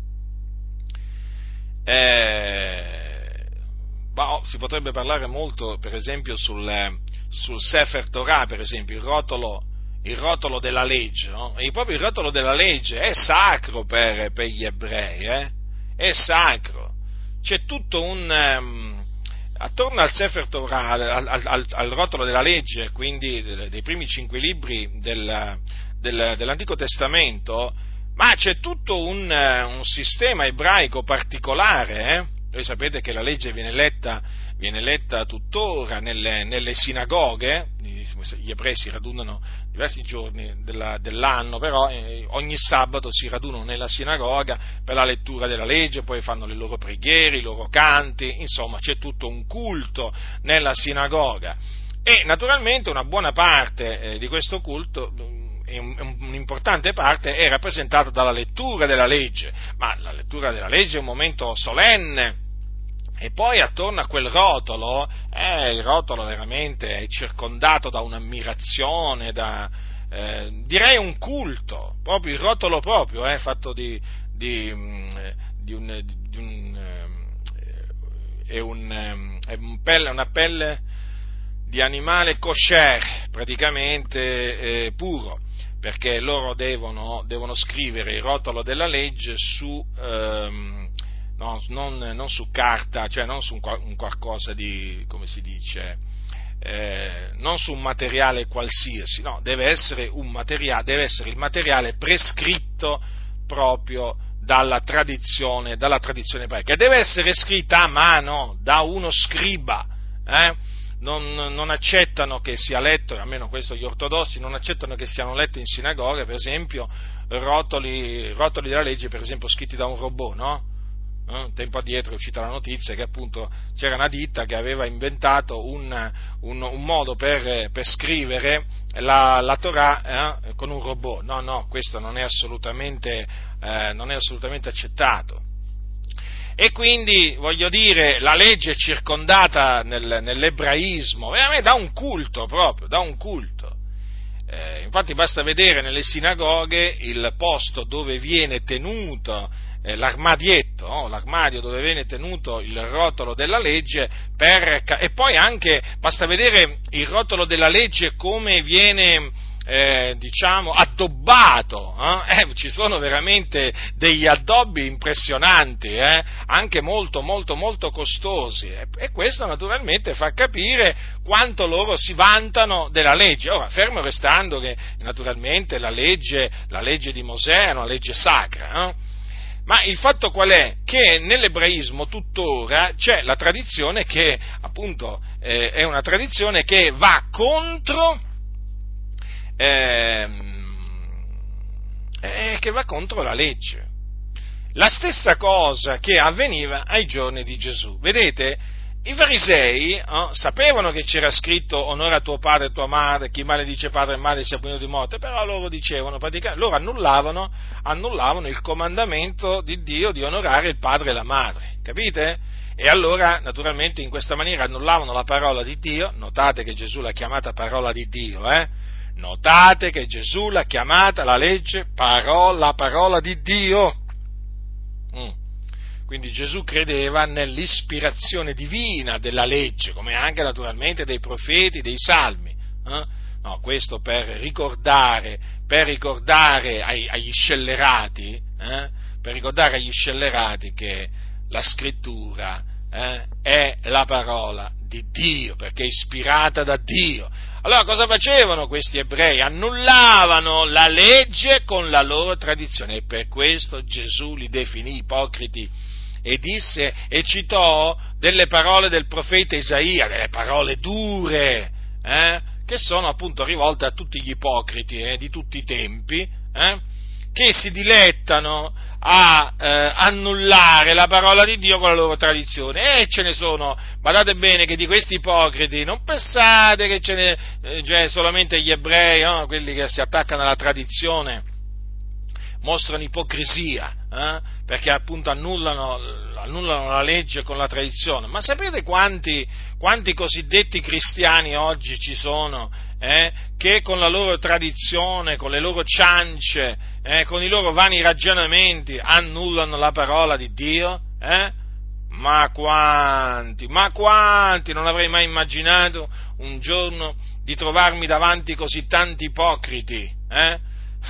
Eh, bah, si potrebbe parlare molto, per esempio, sul, sul Sefer Torah, per esempio, il rotolo, il rotolo della legge, no? E proprio il rotolo della legge è sacro per, per gli ebrei, eh? È sacro. C'è tutto un... Um, attorno al Sefer Torah, al, al, al rotolo della legge, quindi dei primi cinque libri del, del, dell'Antico Testamento, ma c'è tutto un, un sistema ebraico particolare, eh? Voi sapete che la legge viene letta, viene letta tuttora nelle, nelle sinagoghe, gli ebrei si radunano diversi giorni della, dell'anno, però eh, ogni sabato si radunano nella sinagoga per la lettura della legge, poi fanno le loro preghiere, i loro canti, insomma c'è tutto un culto nella sinagoga, e naturalmente una buona parte eh, di questo culto, un'importante parte, è rappresentata dalla lettura della legge, ma la lettura della legge è un momento solenne, e poi attorno a quel rotolo, eh, il rotolo veramente è circondato da un'ammirazione, da, eh, direi un culto, proprio il rotolo proprio, è eh, fatto di, di, di un, di un, è, un, è un pelle, una pelle di animale kosher, praticamente eh, puro, perché loro devono, devono scrivere il rotolo della legge su... Ehm, No, non, non su carta, cioè non su un, un qualcosa di, come si dice, eh, non su un materiale qualsiasi, no, deve essere un materiale, deve essere il materiale prescritto proprio dalla tradizione, dalla tradizione ebraica, deve essere scritta a mano da uno scriba, eh? non, non accettano che sia letto, almeno questo gli ortodossi, non accettano che siano letti in sinagoga, per esempio, rotoli, rotoli della legge, per esempio, scritti da un robot, no? Eh, tempo addietro è uscita la notizia che appunto c'era una ditta che aveva inventato un, un, un modo per, per scrivere la, la Torah eh, con un robot. No, no, questo non è assolutamente, eh, non è assolutamente accettato. E quindi, voglio dire, la legge è circondata nel, nell'ebraismo, veramente da un culto proprio, da un culto. Eh, infatti basta vedere nelle sinagoghe il posto dove viene tenuto l'armadietto, no? L'armadio dove viene tenuto il rotolo della legge, per, e poi anche basta vedere il rotolo della legge come viene eh, diciamo addobbato, eh? Eh, ci sono veramente degli addobbi impressionanti, eh? Anche molto molto molto costosi, e, e questo naturalmente fa capire quanto loro si vantano della legge. Ora, fermo restando che naturalmente la legge, la legge di Mosè è una legge sacra, eh? Ma il fatto qual è? Che nell'ebraismo tuttora c'è la tradizione che, appunto, eh, è una tradizione che va contro, eh, eh, che va contro la legge. La stessa cosa che avveniva ai giorni di Gesù. Vedete? I farisei eh, sapevano che c'era scritto onora tuo padre e tua madre, chi maledice padre e madre sia punito di morte, però loro dicevano, praticamente, loro annullavano, annullavano il comandamento di Dio di onorare il padre e la madre, capite? E allora, naturalmente, in questa maniera annullavano la parola di Dio. Notate che Gesù l'ha chiamata parola di Dio, eh? Notate che Gesù l'ha chiamata la legge parola, la parola di Dio. Mm. Quindi Gesù credeva nell'ispirazione divina della legge, come anche naturalmente dei profeti, dei salmi. Eh? No, questo per ricordare, per ricordare ai, agli scellerati, eh? per ricordare agli scellerati che la scrittura eh, è la parola di Dio, perché è ispirata da Dio. Allora cosa facevano questi ebrei? Annullavano la legge con la loro tradizione, e per questo Gesù li definì ipocriti. E disse, e citò delle parole del profeta Isaia, delle parole dure, eh, che sono appunto rivolte a tutti gli ipocriti eh, di tutti i tempi, eh, che si dilettano a eh, annullare la parola di Dio con la loro tradizione. E ce ne sono, badate bene che di questi ipocriti non pensate che ce ne eh, cioè solamente gli ebrei, no? Quelli che si attaccano alla tradizione mostrano ipocrisia, eh? perché appunto annullano, annullano la legge con la tradizione. Ma sapete quanti, quanti cosiddetti cristiani oggi ci sono, eh? che con la loro tradizione, con le loro ciance, eh? con i loro vani ragionamenti annullano la parola di Dio? Eh? Ma quanti, ma quanti, non avrei mai immaginato un giorno di trovarmi davanti così tanti ipocriti, eh?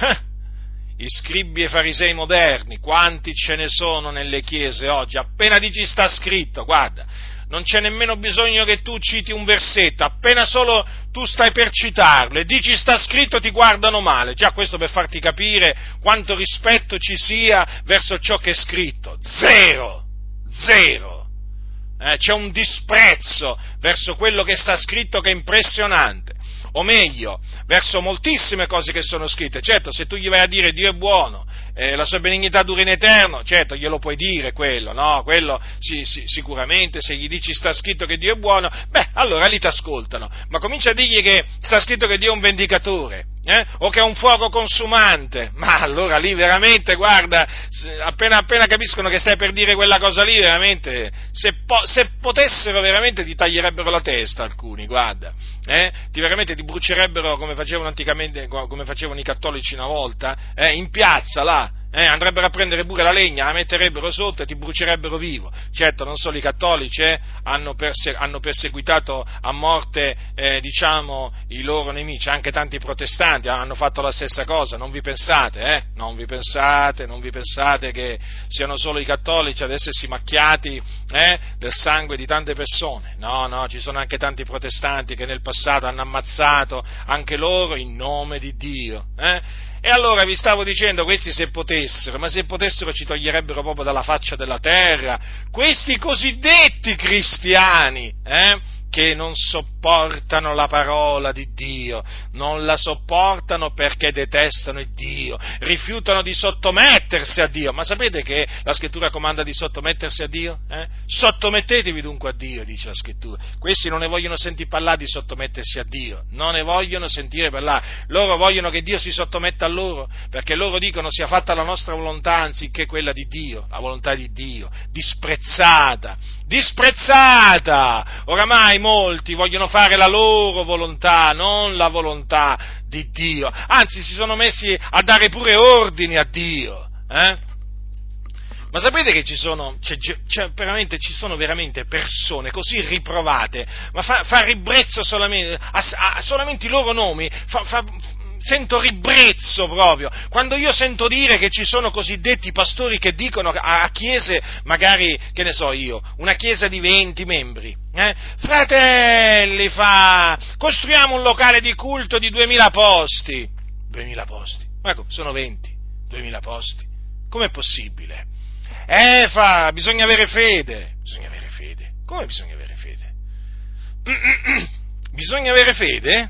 I scribi e farisei moderni, quanti ce ne sono nelle chiese oggi? Appena dici sta scritto, guarda, non c'è nemmeno bisogno che tu citi un versetto, appena solo tu stai per citarlo e dici sta scritto ti guardano male, già questo per farti capire quanto rispetto ci sia verso ciò che è scritto, zero! Zero! Eh, c'è un disprezzo verso quello che sta scritto che è impressionante, o meglio, verso moltissime cose che sono scritte. Certo, se tu gli vai a dire Dio è buono, eh, la sua benignità dura in eterno, certo, glielo puoi dire quello, no? Quello sì, sì, sicuramente, se gli dici sta scritto che Dio è buono, beh, allora lì ti ascoltano, ma comincia a dirgli che sta scritto che Dio è un vendicatore, Eh? o che è un fuoco consumante, ma allora lì veramente, guarda, appena, appena capiscono che stai per dire quella cosa lì, veramente, se, po- se potessero veramente ti taglierebbero la testa alcuni, guarda, eh? ti veramente ti brucierebbero come facevano anticamente, come facevano i cattolici una volta, eh? in piazza là, Eh, andrebbero a prendere pure la legna, la metterebbero sotto e ti brucierebbero vivo. Certo, non solo i cattolici eh, hanno, perse- hanno perseguitato a morte, eh, diciamo, i loro nemici, anche tanti protestanti hanno fatto la stessa cosa, non vi pensate, eh? non vi pensate, non vi pensate che siano solo i cattolici ad essersi macchiati eh, del sangue di tante persone. No, no, ci sono anche tanti protestanti che nel passato hanno ammazzato anche loro in nome di Dio, eh? E allora vi stavo dicendo, questi se potessero, ma se potessero ci toglierebbero proprio dalla faccia della terra, questi cosiddetti cristiani, eh, che non sopportano la parola di Dio, non la sopportano perché detestano il Dio, rifiutano di sottomettersi a Dio. Ma sapete che la Scrittura comanda di sottomettersi a Dio? Eh? Sottomettetevi dunque a Dio, dice la Scrittura. Questi non ne vogliono sentire parlare di sottomettersi a Dio, non ne vogliono sentire parlare, loro vogliono che Dio si sottometta a loro, perché loro dicono sia fatta la nostra volontà anziché quella di Dio, la volontà di Dio, disprezzata, disprezzata, oramai molti vogliono fare la loro volontà, non la volontà di Dio, anzi si sono messi a dare pure ordini a Dio, eh? Ma sapete che ci sono, c'è, c'è veramente, ci sono veramente persone così riprovate, ma fa, fa ribrezzo solamente, a, a, solamente i loro nomi, fa, fa, sento ribrezzo proprio, quando io sento dire che ci sono cosiddetti pastori che dicono a, a chiese, magari, che ne so io, una chiesa di venti membri, eh? fratelli, fa, costruiamo un locale di culto di duemila posti, duemila posti, ma ecco, sono venti, duemila posti, com'è possibile? Eh, fa, bisogna avere fede, bisogna avere fede, come bisogna avere fede? Bisogna avere fede?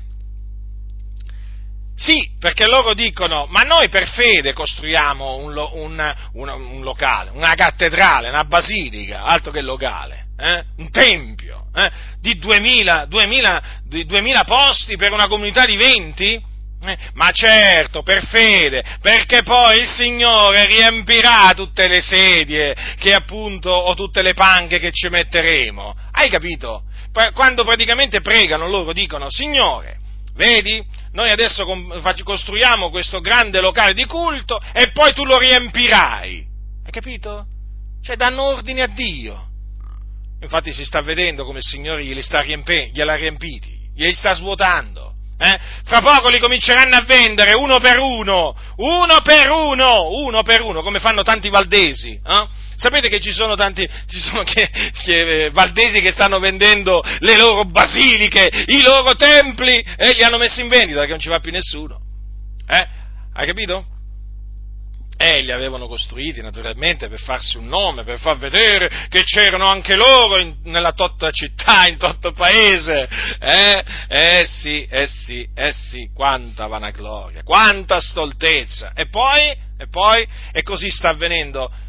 Sì, perché loro dicono, ma noi per fede costruiamo un, lo, un, un, un locale, una cattedrale, una basilica, altro che locale, eh? un tempio, eh? di duemila, duemila, duemila posti per una comunità di venti? Eh, ma certo, per fede, perché poi il Signore riempirà tutte le sedie che appunto, o tutte le panche che ci metteremo, hai capito? Quando praticamente pregano loro dicono, Signore, vedi, noi adesso costruiamo questo grande locale di culto e poi tu lo riempirai, hai capito? Cioè danno ordine a Dio, infatti si sta vedendo come il Signore glieli sta riempendo, gliela riempiti, glieli sta svuotando. Eh? Fra poco li cominceranno a vendere uno per uno, uno per uno, uno per uno, come fanno tanti valdesi. Eh? Sapete che ci sono tanti, ci sono che, che, eh, valdesi che stanno vendendo le loro basiliche, i loro templi, e eh, li hanno messi in vendita perché non ci va più nessuno. Eh? Hai capito? E li avevano costruiti naturalmente per farsi un nome, per far vedere che c'erano anche loro in, nella totta città, in tutto paese, eh? Eh sì, eh sì, eh sì, quanta vanagloria, quanta stoltezza, e poi, e poi, e così sta avvenendo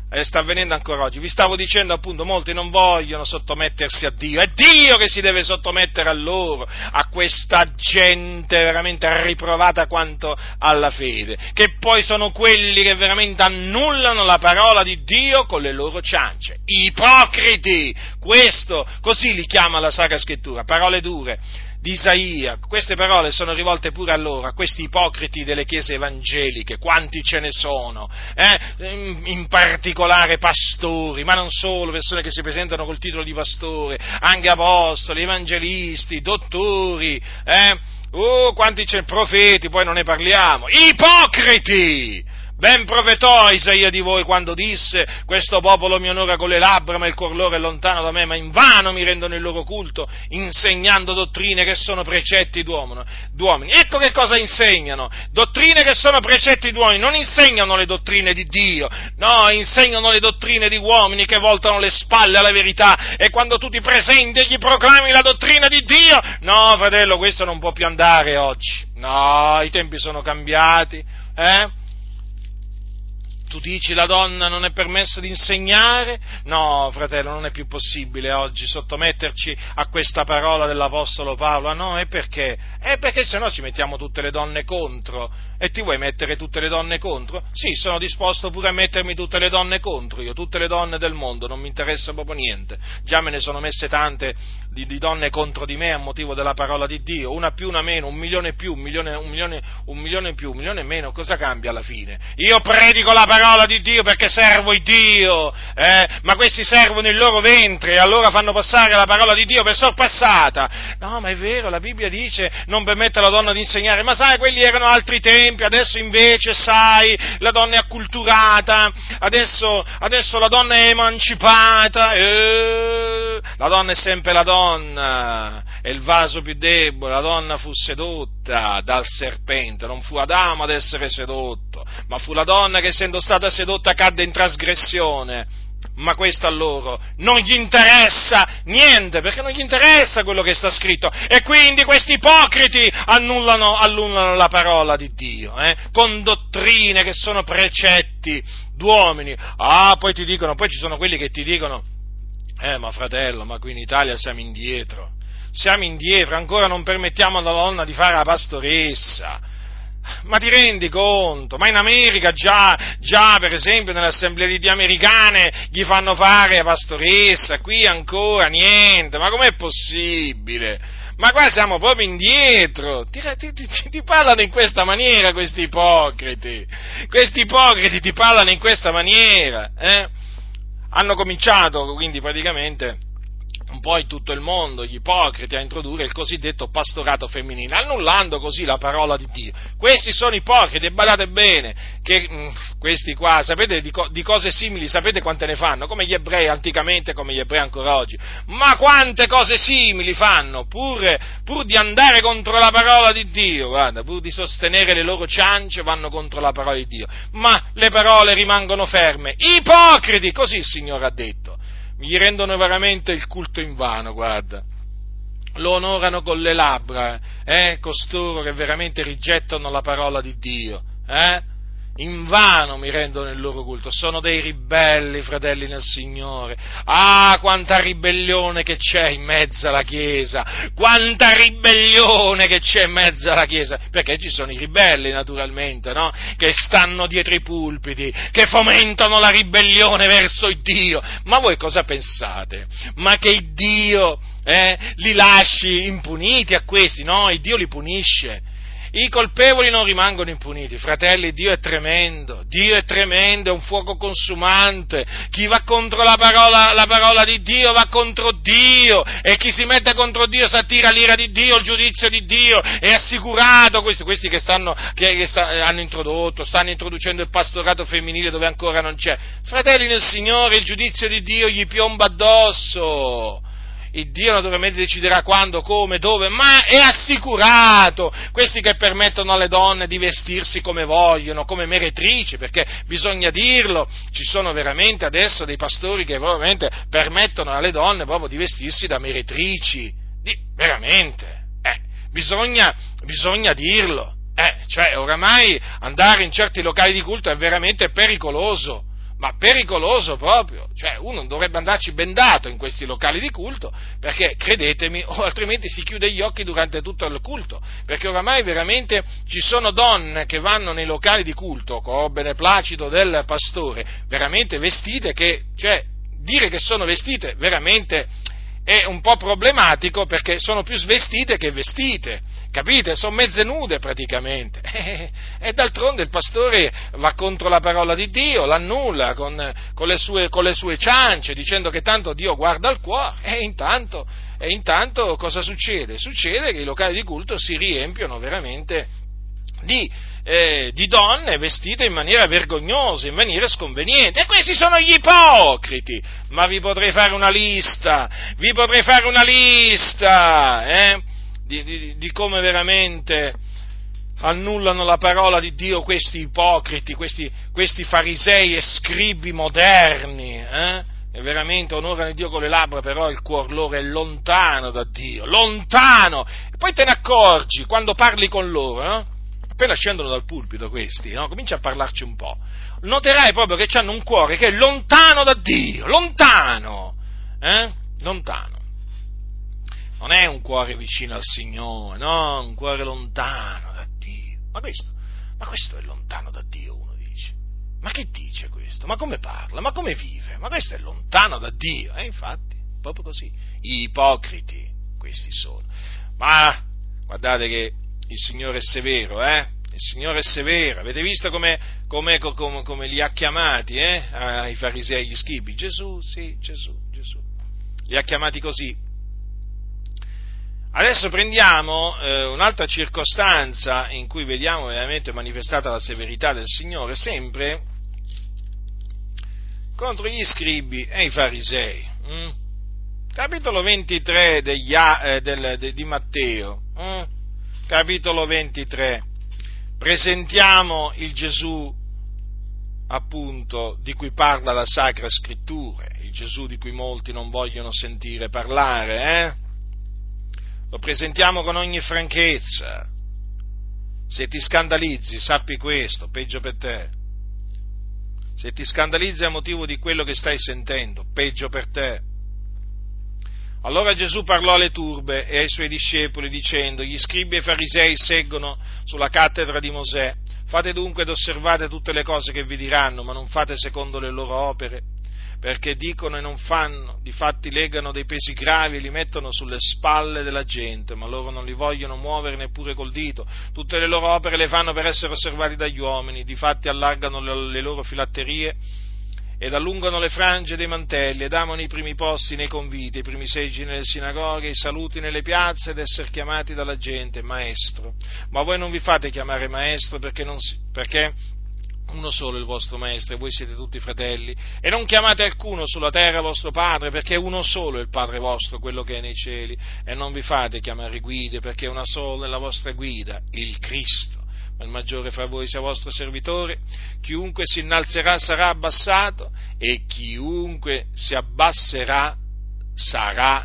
eh, sta avvenendo ancora oggi. Vi stavo dicendo appunto, molti non vogliono sottomettersi a Dio, è Dio che si deve sottomettere a loro, a questa gente veramente riprovata quanto alla fede, che poi sono quelli che veramente annullano la parola di Dio con le loro ciance, ipocriti, questo, così li chiama la Sacra Scrittura, parole dure di Isaia. Queste parole sono rivolte pure a loro, a questi ipocriti delle chiese evangeliche, quanti ce ne sono, eh? In particolare pastori, ma non solo, persone che si presentano col titolo di pastore, anche apostoli, evangelisti, dottori, eh? Oh, quanti c'è, profeti, poi non ne parliamo, ipocriti! Ben profetò Isaia di voi quando disse: questo popolo mi onora con le labbra, ma il cuor loro è lontano da me, ma invano mi rendono il loro culto, insegnando dottrine che sono precetti d'uomini. Ecco che cosa insegnano: dottrine che sono precetti d'uomini, non insegnano le dottrine di Dio, no, insegnano le dottrine di uomini che voltano le spalle alla verità, e quando tu ti presenti e gli proclami la dottrina di Dio, no, fratello, questo non può più andare oggi, no, i tempi sono cambiati, eh? Tu dici la donna non è permesso di insegnare? No, fratello, non è più possibile oggi sottometterci a questa parola dell'Apostolo Paolo. No, e perché? È perché se no ci mettiamo tutte le donne contro. E ti vuoi mettere tutte le donne contro? Sì, sono disposto pure a mettermi tutte le donne contro, io, tutte le donne del mondo, non mi interessa proprio niente. Già me ne sono messe tante di, di donne contro di me a motivo della parola di Dio, una più, una meno, un milione più, un milione, un milione, un milione più, un milione meno, cosa cambia alla fine? Io predico la parola di Dio perché servo il Dio, eh? Ma questi servono il loro ventre e allora fanno passare la parola di Dio per sorpassata. No, ma è vero, la Bibbia dice non permette alla donna di insegnare, ma sai, quelli erano altri tempi. Adesso invece, sai, la donna è acculturata, adesso, adesso la donna è emancipata, eh, la donna è sempre la donna, è il vaso più debole, la donna fu sedotta dal serpente, non fu Adamo ad essere sedotto, ma fu la donna che, essendo stata sedotta, cadde in trasgressione. Ma questo a loro non gli interessa niente, perché non gli interessa quello che sta scritto, e quindi questi ipocriti annullano, annullano la parola di Dio, eh, con dottrine che sono precetti d'uomini. Ah, poi ti dicono, poi ci sono quelli che ti dicono: eh, ma fratello, ma qui in Italia siamo indietro, siamo indietro, ancora non permettiamo alla donna di fare la pastoressa. Ma ti rendi conto? Ma in America già, già per esempio nelle assemblee di Dio americane gli fanno fare la pastoressa, qui ancora niente, ma com'è possibile? Ma qua siamo proprio indietro, ti, ti, ti, ti parlano in questa maniera questi ipocriti, questi ipocriti ti parlano in questa maniera, eh? Hanno cominciato quindi praticamente un po' in tutto il mondo, gli ipocriti, a introdurre il cosiddetto pastorato femminile, annullando così la parola di Dio. Questi sono ipocriti, e badate bene, che mh, questi qua, sapete di, co- di cose simili, sapete quante ne fanno? Come gli ebrei anticamente, come gli ebrei ancora oggi. Ma quante cose simili fanno, pur, pur di andare contro la parola di Dio, guarda, pur di sostenere le loro ciance, vanno contro la parola di Dio. Ma le parole rimangono ferme. Ipocriti, così il Signore ha detto. Gli rendono veramente il culto invano, guarda, lo onorano con le labbra, eh, costoro che veramente rigettano la parola di Dio, eh, invano mi rendono il loro culto, sono dei ribelli, fratelli nel Signore. Ah, quanta ribellione che c'è in mezzo alla Chiesa, quanta ribellione che c'è in mezzo alla Chiesa, perché ci sono i ribelli naturalmente, no? Che stanno dietro i pulpiti, che fomentano la ribellione verso il Dio. Ma voi cosa pensate? Ma che il Dio eh, li lasci impuniti a questi? No, il Dio li punisce. I colpevoli non rimangono impuniti, fratelli, Dio è tremendo, Dio è tremendo, è un fuoco consumante, chi va contro la parola, la parola di Dio va contro Dio, e chi si mette contro Dio si attira l'ira di Dio, il giudizio di Dio, è assicurato. Questi, questi che, stanno, che, che sta, hanno introdotto, stanno introducendo il pastorato femminile dove ancora non c'è, fratelli nel Signore, il giudizio di Dio gli piomba addosso. Il Dio naturalmente deciderà quando, come, dove, ma è assicurato. Questi che permettono alle donne di vestirsi come vogliono, come meretrici, perché bisogna dirlo, ci sono veramente adesso dei pastori che veramente permettono alle donne proprio di vestirsi da meretrici, di, veramente, eh, bisogna, bisogna dirlo, eh, cioè oramai andare in certi locali di culto è veramente pericoloso. ma pericoloso proprio, cioè uno dovrebbe andarci bendato in questi locali di culto, perché credetemi, o altrimenti si chiude gli occhi durante tutto il culto, perché oramai veramente ci sono donne che vanno nei locali di culto, con beneplacito del pastore, veramente vestite che, cioè, dire che sono vestite veramente è un po' problematico, perché sono più svestite che vestite, capite? Sono mezze nude praticamente, e d'altronde il pastore va contro la parola di Dio, l'annulla con, con, le sue, con le sue ciance, dicendo che tanto Dio guarda al cuore, e intanto, e intanto cosa succede? Succede che i locali di culto si riempiono veramente di, eh, di donne vestite in maniera vergognosa, in maniera sconveniente, e questi sono gli ipocriti, ma vi potrei fare una lista, vi potrei fare una lista, eh, di, di, di come veramente annullano la parola di Dio questi ipocriti, questi, questi farisei e scribi moderni, eh, e veramente onorano Dio con le labbra, però il cuor loro è lontano da Dio, lontano, e poi te ne accorgi quando parli con loro, no? Appena scendono dal pulpito questi, no? Comincia a parlarci un po', noterai proprio che hanno un cuore che è lontano da Dio, lontano, eh? Lontano. Non è un cuore vicino al Signore, no, un cuore lontano da Dio. Ma questo, ma questo è lontano da Dio, uno dice. Ma che dice questo? Ma come parla? Ma come vive? Ma questo è lontano da Dio. E eh, infatti, proprio così. I ipocriti, questi sono. Ma guardate che il Signore è severo, eh? Il Signore è severo. Avete visto come, come, come, come li ha chiamati, eh? Ai farisei e agli scribi? Gesù, sì, Gesù, Gesù. Li ha chiamati così. Adesso prendiamo eh, un'altra circostanza in cui vediamo veramente manifestata la severità del Signore, sempre contro gli scribi e i farisei. Mm? Capitolo ventitré degli, eh, del, de, di Matteo. Mm? Capitolo ventitré, presentiamo il Gesù appunto di cui parla la Sacra Scrittura, il Gesù di cui molti non vogliono sentire parlare, eh? Lo presentiamo con ogni franchezza. Se ti scandalizzi, sappi questo, peggio per te. Se ti scandalizzi a motivo di quello che stai sentendo, peggio per te. Allora Gesù parlò alle turbe e ai suoi discepoli dicendo: gli scribi e i farisei seggono sulla cattedra di Mosè, fate dunque ed osservate tutte le cose che vi diranno, ma non fate secondo le loro opere, perché dicono e non fanno, difatti legano dei pesi gravi e li mettono sulle spalle della gente, ma loro non li vogliono muovere neppure col dito, tutte le loro opere le fanno per essere osservati dagli uomini, difatti allargano le, le loro filatterie ed allungano le frange dei mantelli ed amano i primi posti nei conviti, i primi seggi nelle sinagoghe, i saluti nelle piazze ed essere chiamati dalla gente maestro. Ma voi non vi fate chiamare maestro perché, non si, perché uno solo è il vostro maestro e voi siete tutti fratelli, e non chiamate alcuno sulla terra vostro padre, perché uno solo è il Padre vostro, quello che è nei cieli, e non vi fate chiamare guide, perché una sola è la vostra guida, il Cristo. Ma il maggiore fra voi sia vostro servitore, chiunque si innalzerà sarà abbassato, e chiunque si abbasserà sarà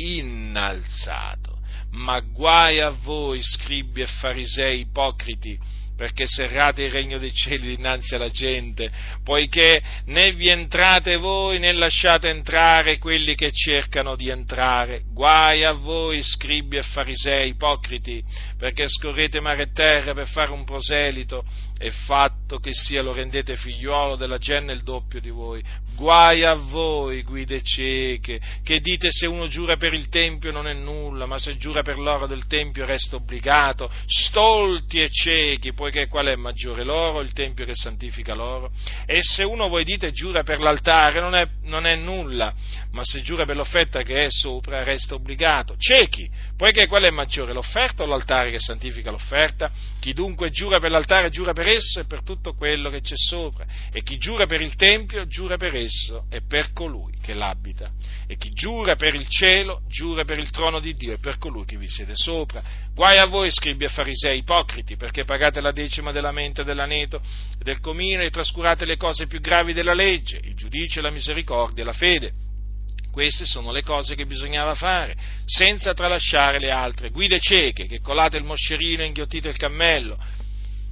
innalzato. Ma guai a voi, scribi e farisei ipocriti, perché serrate il regno dei cieli dinanzi alla gente, poiché né vi entrate voi né lasciate entrare quelli che cercano di entrare. Guai a voi, scribi e farisei ipocriti, perché scorrete mare e terra per fare un proselito, e fatto che sia lo rendete figliuolo della gemme il doppio di voi. Guai a voi, guide cieche, che dite: se uno giura per il tempio non è nulla, ma se giura per l'oro del tempio resta obbligato. Stolti e ciechi, poiché qual è maggiore, l'oro o il tempio che santifica l'oro? E se uno, voi dite, giura per l'altare non è, non è nulla, ma se giura per l'offerta che è sopra resta obbligato. Ciechi, poiché qual è maggiore, l'offerta o l'altare che santifica l'offerta? Chi dunque giura per l'altare giura per esso e per tutto quello che c'è sopra, e chi giura per il tempio giura per esso e per colui che l'abita, e chi giura per il cielo giura per il trono di Dio e per colui che vi siede sopra. Guai a voi, scribi e farisei ipocriti, perché pagate la decima della mente, dell'aneto e del comino e trascurate le cose più gravi della legge, il giudizio, la misericordia e la fede. Queste sono le cose che bisognava fare, senza tralasciare le altre. Guide cieche, che colate il moscerino e inghiottite il cammello.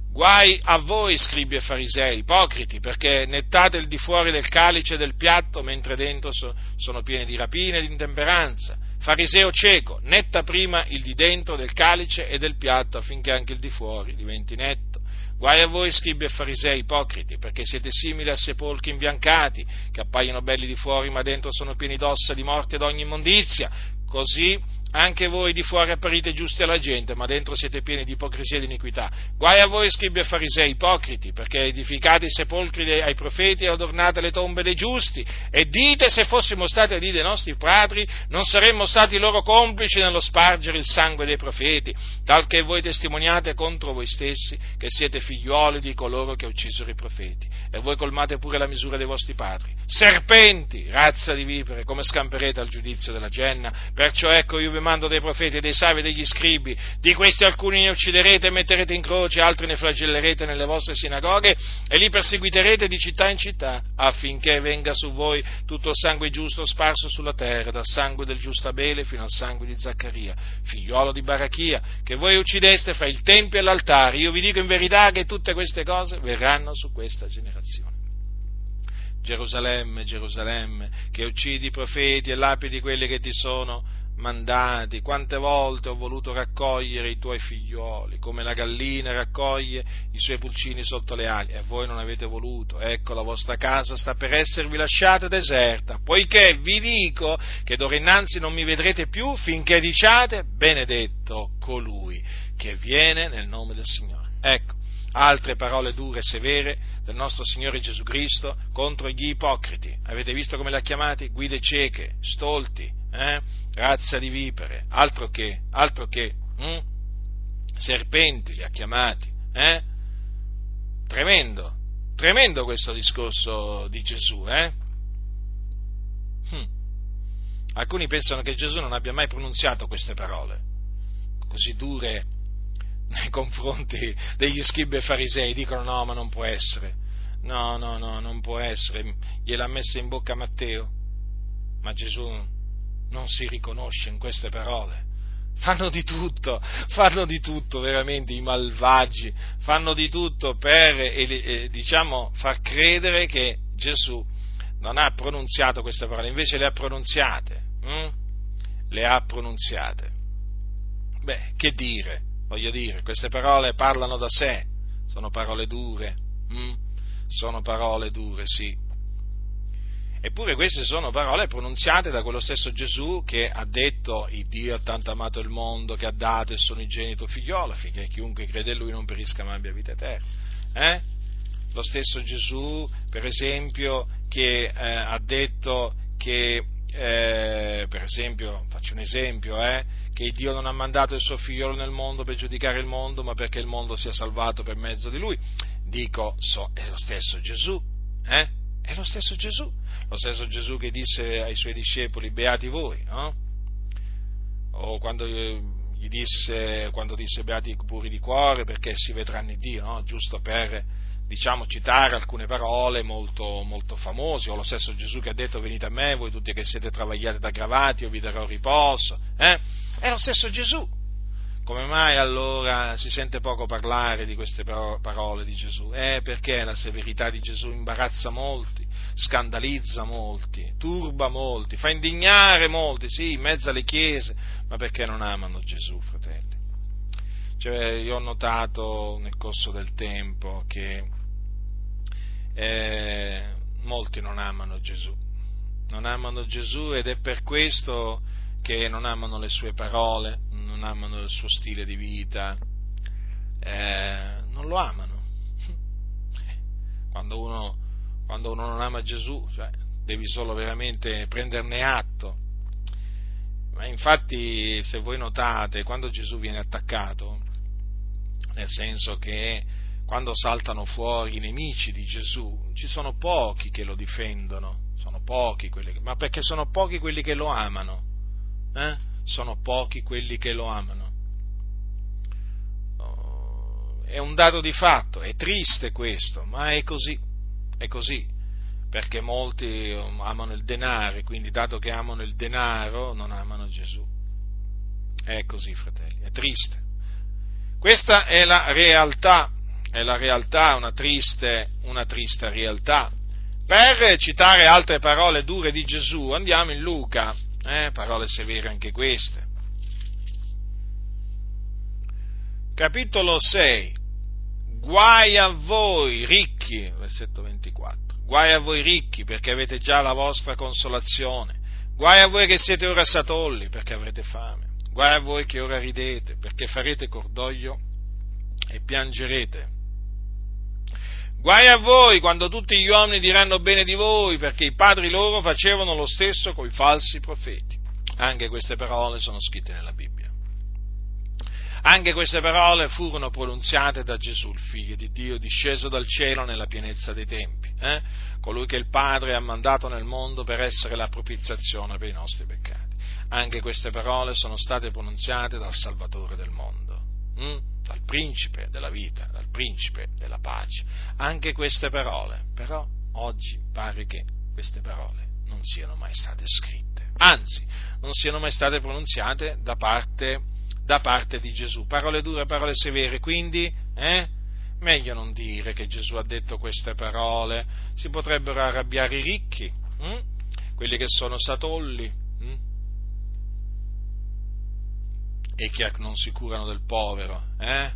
Guai a voi, scribi e farisei, ipocriti, perché nettate il di fuori del calice e del piatto, mentre dentro so, sono pieni di rapine e di intemperanza. Fariseo cieco, netta prima il di dentro del calice e del piatto, affinché anche il di fuori diventi netto. Guai a voi, scribi e farisei, ipocriti, perché siete simili a sepolcri imbiancati, che appaiono belli di fuori, ma dentro sono pieni d'ossa, di morte e d'ogni immondizia. Così anche voi di fuori apparite giusti alla gente, ma dentro siete pieni di ipocrisia e di iniquità. Guai a voi, scribi e farisei, ipocriti, perché edificate i sepolcri ai profeti e adornate le tombe dei giusti, e dite: se fossimo stati a dì dei nostri padri, non saremmo stati loro complici nello spargere il sangue dei profeti, talché voi testimoniate contro voi stessi che siete figliuoli di coloro che uccisero i profeti, e voi colmate pure la misura dei vostri padri. Serpenti, razza di vipere, come scamperete al giudizio della genna? Perciò ecco, io vi mando dei profeti e dei savi e degli scribi, di questi alcuni ne ucciderete e metterete in croce, altri ne flagellerete nelle vostre sinagoghe e li perseguiterete di città in città, affinché venga su voi tutto il sangue giusto sparso sulla terra, dal sangue del giusto Abele fino al sangue di Zaccaria, figliuolo di Barachia, che voi uccideste fra il tempio e l'altare. Io vi dico in verità che tutte queste cose verranno su questa generazione. Gerusalemme, Gerusalemme, che uccidi i profeti e lapidi quelli che ti sono mandati, quante volte ho voluto raccogliere i tuoi figlioli, come la gallina raccoglie i suoi pulcini sotto le ali, e voi non avete voluto. Ecco, la vostra casa sta per esservi lasciata deserta, poiché vi dico che d'ora innanzi non mi vedrete più, finché diciate: benedetto colui che viene nel nome del Signore. Ecco, altre parole dure e severe del nostro Signore Gesù Cristo contro gli ipocriti. Avete visto come li ha chiamati? Guide cieche, stolti, eh? razza di vipere, altro che, altro che, hm? serpenti li ha chiamati, eh? Tremendo, tremendo questo discorso di Gesù, eh? Hm. Alcuni pensano che Gesù non abbia mai pronunziato queste parole così dure nei confronti degli scribi e farisei, dicono: no, ma non può essere, no, no, no, non può essere, gliel'ha messa in bocca Matteo, ma Gesù non si riconosce in queste parole. Fanno di tutto, fanno di tutto veramente i malvagi, fanno di tutto per, eh, diciamo, far credere che Gesù non ha pronunziato queste parole, invece le ha pronunziate, hm? le ha pronunziate. Beh, che dire? Voglio dire, queste parole parlano da sé, sono parole dure, hm? sono parole dure, sì. Eppure queste sono parole pronunziate da quello stesso Gesù che ha detto: il Dio ha tanto amato il mondo che ha dato il suo unigenito figliolo, affinché chiunque crede in Lui non perisca ma abbia vita eterna. Eh? Lo stesso Gesù, per esempio, che eh, ha detto che, eh, per esempio, faccio un esempio, eh, che Dio non ha mandato il suo figliolo nel mondo per giudicare il mondo, ma perché il mondo sia salvato per mezzo di Lui. Dico, so, è lo stesso Gesù, eh? È lo stesso Gesù, lo stesso Gesù che disse ai suoi discepoli: beati voi, no? O quando gli disse, quando disse: beati i puri di cuore, perché si vedranno in Dio, no? Giusto per, diciamo, citare alcune parole molto, molto famose. O lo stesso Gesù che ha detto: venite a me, voi tutti che siete travagliati ed aggravati, io vi darò riposo, eh? È lo stesso Gesù. Come mai allora si sente poco parlare di queste parole di Gesù? Eh, perché la severità di Gesù imbarazza molti, scandalizza molti, turba molti, fa indignare molti, sì, in mezzo alle chiese, ma perché non amano Gesù, fratelli? Cioè, io ho notato nel corso del tempo che eh, molti non amano Gesù, non amano Gesù, ed è per questo che non amano le sue parole, non amano il suo stile di vita, eh, non lo amano. Quando uno, quando uno non ama Gesù, cioè, devi solo veramente prenderne atto. Ma infatti, se voi notate, quando Gesù viene attaccato, nel senso che quando saltano fuori i nemici di Gesù, ci sono pochi che lo difendono, sono pochi quelli che, ma perché sono pochi quelli che lo amano. Eh? Sono pochi quelli che lo amano. Oh, è un dato di fatto, è triste questo, ma è così, è così, perché molti amano il denaro, e quindi dato che amano il denaro non amano Gesù. È così, fratelli, è triste. Questa è la realtà, è la realtà, una triste, una triste realtà. Per citare altre parole dure di Gesù, andiamo in Luca, eh, parole severe anche queste. Capitolo sei, guai a voi ricchi, versetto ventiquattro, guai a voi ricchi perché avete già la vostra consolazione, guai a voi che siete ora satolli perché avrete fame, guai a voi che ora ridete perché farete cordoglio e piangerete. Guai a voi quando tutti gli uomini diranno bene di voi, perché i padri loro facevano lo stesso coi falsi profeti. Anche queste parole sono scritte nella Bibbia. Anche queste parole furono pronunziate da Gesù, il Figlio di Dio, disceso dal cielo nella pienezza dei tempi, eh? colui che il Padre ha mandato nel mondo per essere la propiziazione per i nostri peccati. Anche queste parole sono state pronunziate dal Salvatore del mondo. Hm? Dal principe della vita, dal principe della pace. Anche queste parole, però oggi pare che queste parole non siano mai state scritte, anzi, non siano mai state pronunziate da parte, da parte di Gesù. Parole dure, parole severe, quindi, eh? Meglio non dire che Gesù ha detto queste parole, si potrebbero arrabbiare i ricchi, hm? quelli che sono satolli, hm? e che non si curano del povero, eh?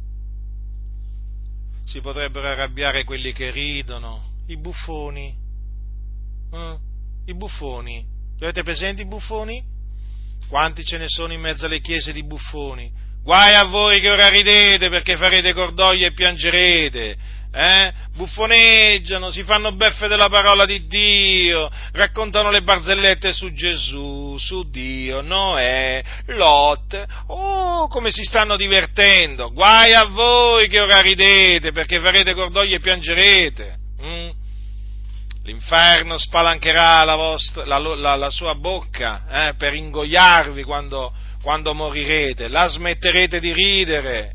Si potrebbero arrabbiare quelli che ridono, i buffoni, eh? i buffoni, li avete presenti i buffoni? Quanti ce ne sono in mezzo alle chiese di buffoni? Guai a voi che ora ridete perché farete cordoglio e piangerete. Eh? Buffoneggiano, si fanno beffe della parola di Dio, raccontano le barzellette su Gesù, su Dio, Noè, Lot, oh, come si stanno divertendo. Guai a voi che ora ridete perché farete cordoglio e piangerete. Mm? L'inferno spalancherà la, vostra, la, la, la sua bocca eh, per ingoiarvi quando, quando morirete, la smetterete di ridere.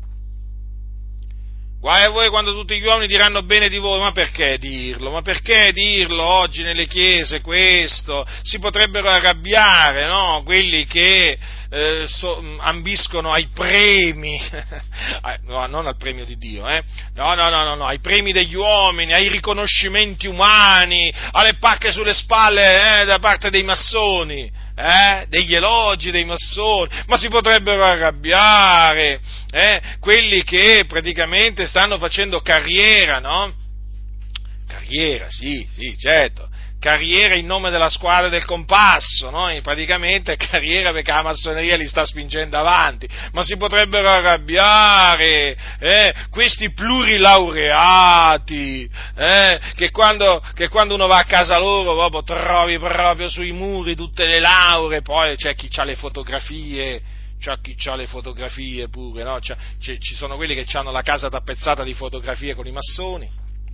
Guai a voi quando tutti gli uomini diranno bene di voi, ma perché dirlo? Ma perché dirlo oggi nelle chiese questo? Si potrebbero arrabbiare, no? Quelli che eh, so, ambiscono ai premi, no, non al premio di Dio, eh? No, no, no, no, no, ai premi degli uomini, ai riconoscimenti umani, alle pacche sulle spalle eh, da parte dei massoni. Eh, degli elogi dei massoni, ma si potrebbero arrabbiare eh, quelli che praticamente stanno facendo carriera, no? Carriera, sì, sì, certo, carriera in nome della squadra del compasso, no? E praticamente carriera perché la massoneria li sta spingendo avanti, ma si potrebbero arrabbiare eh, questi plurilaureati eh, che, quando, che quando uno va a casa loro proprio, trovi proprio sui muri tutte le lauree, poi c'è chi ha le fotografie, c'è chi ha le fotografie pure, no? C'è, c'è, ci sono quelli che hanno la casa tappezzata di fotografie con i massoni.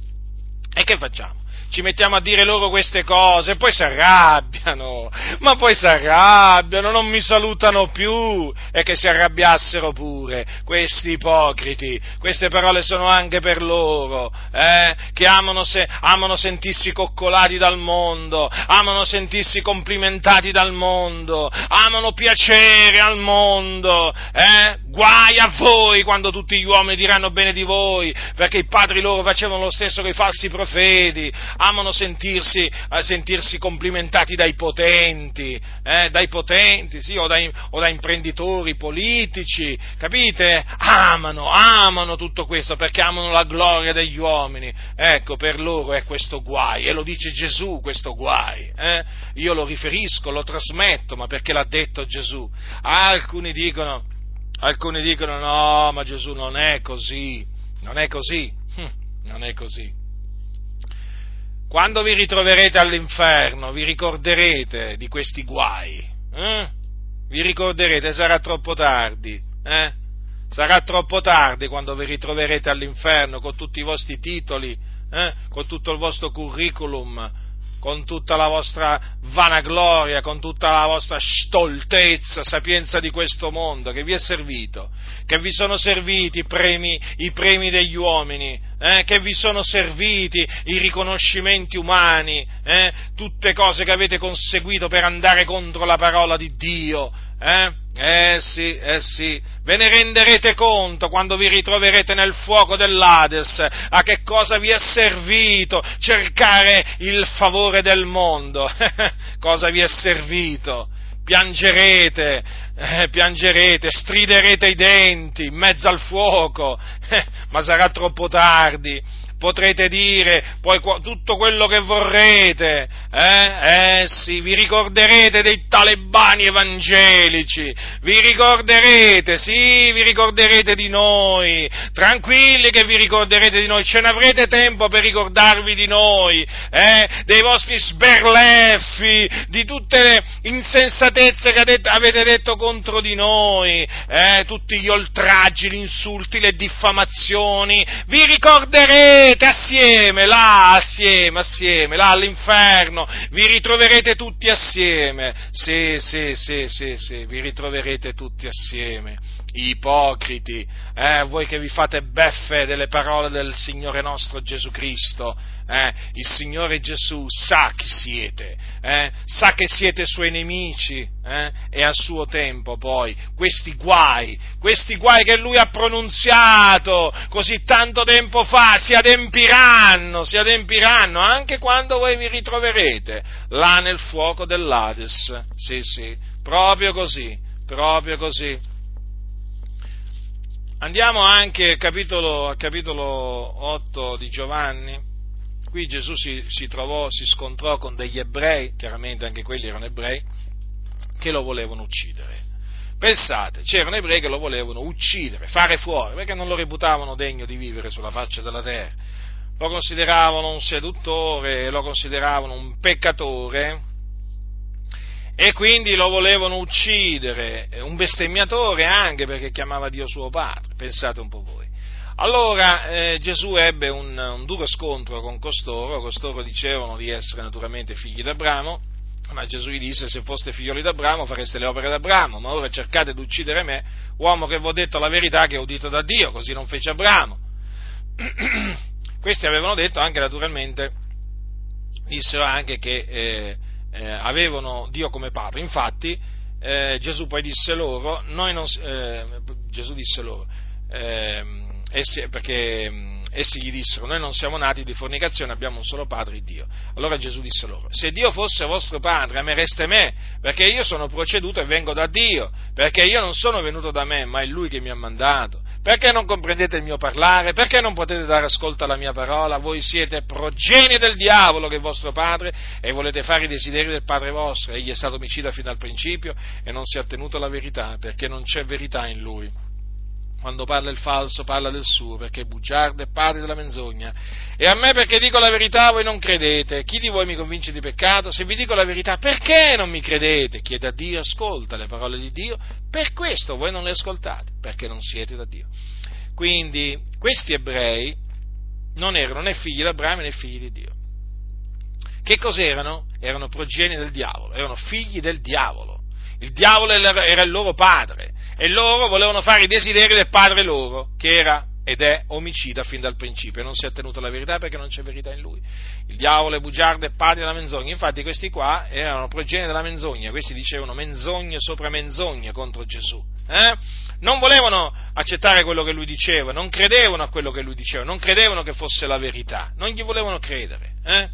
E che facciamo? Ci mettiamo a dire loro queste cose e poi si arrabbiano, ma poi si arrabbiano, non mi salutano più, e che si arrabbiassero pure questi ipocriti. Queste parole sono anche per loro, eh, che amano, se, amano sentirsi coccolati dal mondo, amano sentirsi complimentati dal mondo, amano piacere al mondo, eh? Guai a voi quando tutti gli uomini diranno bene di voi, perché i padri loro facevano lo stesso con i falsi profeti, amano sentirsi, eh, sentirsi complimentati dai potenti, eh, dai potenti, sì, o dai, o da imprenditori politici, capite? Amano, amano tutto questo perché amano la gloria degli uomini. Ecco, per loro è questo guai, e lo dice Gesù questo guai, eh? Io lo riferisco, lo trasmetto, ma perché l'ha detto Gesù. Alcuni dicono, alcuni dicono no, ma Gesù non è così, non è così, hm, non è così. Quando vi ritroverete all'inferno, vi ricorderete di questi guai, eh? Vi ricorderete, sarà troppo tardi, eh? Sarà troppo tardi quando vi ritroverete all'inferno con tutti i vostri titoli, eh? Con tutto il vostro curriculum, con tutta la vostra vanagloria, con tutta la vostra stoltezza, sapienza di questo mondo, che vi è servito, che vi sono serviti i premi, i premi degli uomini, eh, che vi sono serviti i riconoscimenti umani, eh, tutte cose che avete conseguito per andare contro la parola di Dio, eh? Eh sì, eh sì, ve ne renderete conto quando vi ritroverete nel fuoco dell'Ades, a che cosa vi è servito cercare il favore del mondo, cosa vi è servito? Piangerete, eh, piangerete, striderete i denti in mezzo al fuoco, eh, ma sarà troppo tardi. Potrete dire poi tutto quello che vorrete, eh? Eh sì, vi ricorderete dei talebani evangelici, vi ricorderete, sì, vi ricorderete di noi, tranquilli che vi ricorderete di noi, ce ne avrete tempo per ricordarvi di noi, eh? Dei vostri sberleffi, di tutte le insensatezze che avete detto contro di noi, eh? Tutti gli oltraggi, gli insulti, le diffamazioni, vi ricorderete assieme, là, assieme, assieme, là all'inferno, vi ritroverete tutti assieme, sì, sì, sì, sì, sì, vi ritroverete tutti assieme, ipocriti, eh, voi che vi fate beffe delle parole del Signore nostro Gesù Cristo, eh, il Signore Gesù sa chi siete, eh, sa che siete suoi nemici, eh, e a suo tempo poi questi guai, questi guai che Lui ha pronunziato così tanto tempo fa si adempiranno, si adempiranno anche quando voi vi ritroverete là nel fuoco dell'Ades, sì, sì, proprio così, proprio così. Andiamo anche al capitolo, al capitolo otto di Giovanni. Qui Gesù si, si trovò, si scontrò con degli ebrei, chiaramente anche quelli erano ebrei, che lo volevano uccidere. Pensate, c'erano ebrei che lo volevano uccidere, fare fuori, perché non lo reputavano degno di vivere sulla faccia della terra. Lo consideravano un seduttore, lo consideravano un peccatore, e quindi lo volevano uccidere, un bestemmiatore anche perché chiamava Dio suo padre, pensate un po' voi. Allora eh, Gesù ebbe un, un duro scontro con costoro, costoro dicevano di essere naturalmente figli d'Abramo, ma Gesù gli disse: se foste figlioli d'Abramo fareste le opere d'Abramo, ma ora cercate di uccidere me, uomo che vi ho detto la verità che ho udito da Dio, così non fece Abramo. Questi avevano detto anche naturalmente, dissero anche che eh, eh, avevano Dio come padre, infatti eh, Gesù poi disse loro, noi non, eh, Gesù disse loro, eh, essi, perché essi gli dissero: noi non siamo nati di fornicazione, abbiamo un solo padre, Dio. Allora Gesù disse loro: se Dio fosse vostro padre, amereste me, perché io sono proceduto e vengo da Dio, perché io non sono venuto da me, ma è Lui che mi ha mandato. Perché non comprendete il mio parlare? Perché non potete dare ascolto alla mia parola? Voi siete progenie del diavolo, che è vostro padre, e volete fare i desideri del padre vostro. Egli è stato omicida fin dal principio e non si è attenuto alla verità, perché non c'è verità in lui. Quando parla il falso, parla del suo, perché è bugiardo e padre della menzogna. E a me, perché dico la verità, voi non credete. Chi di voi mi convince di peccato? Se vi dico la verità, perché non mi credete? Chi è da Dio ascolta le parole di Dio, per questo voi non le ascoltate, perché non siete da Dio. Quindi, questi ebrei non erano né figli d'Abramo né figli di Dio. Che cos'erano? Erano progenie del diavolo, erano figli del diavolo. Il diavolo era il loro padre, e loro volevano fare i desideri del padre loro, che era ed è omicida fin dal principio, e non si è tenuto alla verità perché non c'è verità in lui. Il diavolo è bugiardo e padre della menzogna. Infatti questi qua erano progenie della menzogna, questi dicevano menzogne sopra menzogne contro Gesù. Eh? Non volevano accettare quello che lui diceva, non credevano a quello che lui diceva, non credevano che fosse la verità, non gli volevano credere. Eh?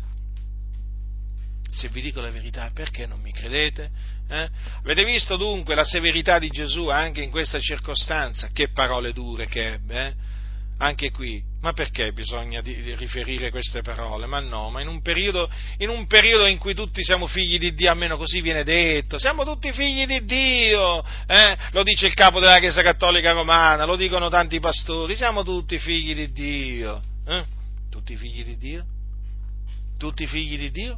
Se vi dico la verità, perché non mi credete? Eh? Avete visto dunque la severità di Gesù anche in questa circostanza? Che parole dure che ebbe, eh? Anche qui. Ma perché bisogna di, di riferire queste parole? Ma no, ma in un periodo, in un periodo in cui tutti siamo figli di Dio, almeno così viene detto, siamo tutti figli di Dio, eh? Lo dice il capo della Chiesa Cattolica Romana, lo dicono tanti pastori, siamo tutti figli di Dio, eh? Tutti figli di Dio? Tutti figli di Dio?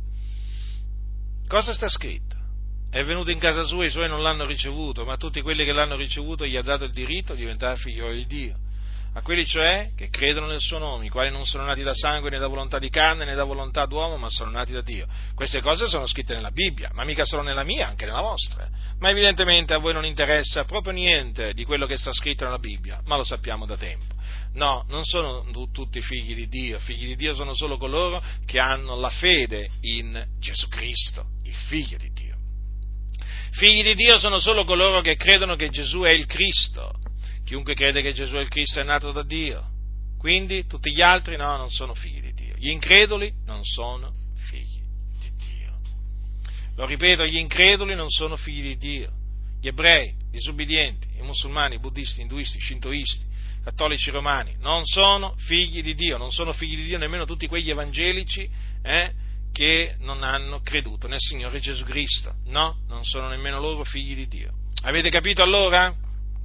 Cosa sta scritto? È venuto in casa sua, i suoi non l'hanno ricevuto, ma a tutti quelli che l'hanno ricevuto gli ha dato il diritto di diventare figlioli di Dio. A quelli cioè che credono nel suo nome, i quali non sono nati da sangue né da volontà di carne né da volontà d'uomo, ma sono nati da Dio. Queste cose sono scritte nella Bibbia, ma mica solo nella mia, anche nella vostra. Ma evidentemente a voi non interessa proprio niente di quello che sta scritto nella Bibbia, ma lo sappiamo da tempo. No, non sono tutti figli di Dio, figli di Dio sono solo coloro che hanno la fede in Gesù Cristo, il Figlio di Dio. Figli di Dio sono solo coloro che credono che Gesù è il Cristo, chiunque crede che Gesù è il Cristo è nato da Dio. Quindi tutti gli altri no, non sono figli di Dio. Gli increduli non sono figli di Dio. Lo ripeto, gli increduli non sono figli di Dio. Gli ebrei, i disubbidienti, i musulmani, i buddisti, i induisti, i shintoisti, i cattolici romani, non sono figli di Dio, non sono figli di Dio nemmeno tutti quegli evangelici eh, che non hanno creduto nel Signore Gesù Cristo. No, non sono nemmeno loro figli di Dio. Avete capito allora?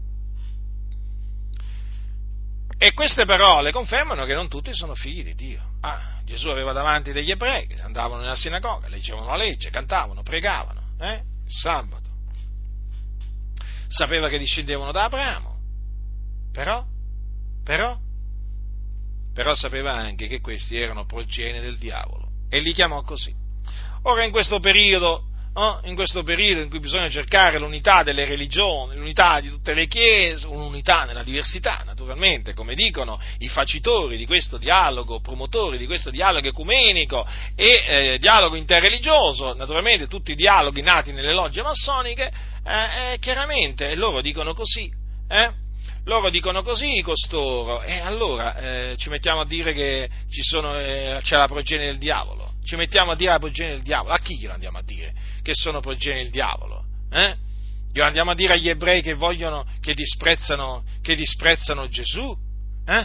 E queste parole confermano che non tutti sono figli di Dio. Ah, Gesù aveva davanti degli ebrei che andavano nella sinagoga, leggevano la legge, cantavano, pregavano, eh? il sabato. Sapeva che discendevano da Abramo, però, però, però sapeva anche che questi erano progenie del diavolo e li chiamò così. Ora in questo periodo, no? in questo periodo in cui bisogna cercare l'unità delle religioni, l'unità di tutte le chiese, un'unità nella diversità, naturalmente, come dicono i facitori di questo dialogo, promotori di questo dialogo ecumenico e eh, dialogo interreligioso, naturalmente tutti i dialoghi nati nelle logge massoniche, eh, eh, chiaramente loro dicono così, eh? Loro dicono così costoro, e allora eh, ci mettiamo a dire che ci sono, eh, c'è la progenie del diavolo, ci mettiamo a dire la progenie del diavolo, a chi glielo andiamo a dire che sono progenie del diavolo? Eh? Glielo andiamo a dire agli ebrei che vogliono, che disprezzano, che disprezzano Gesù? Eh?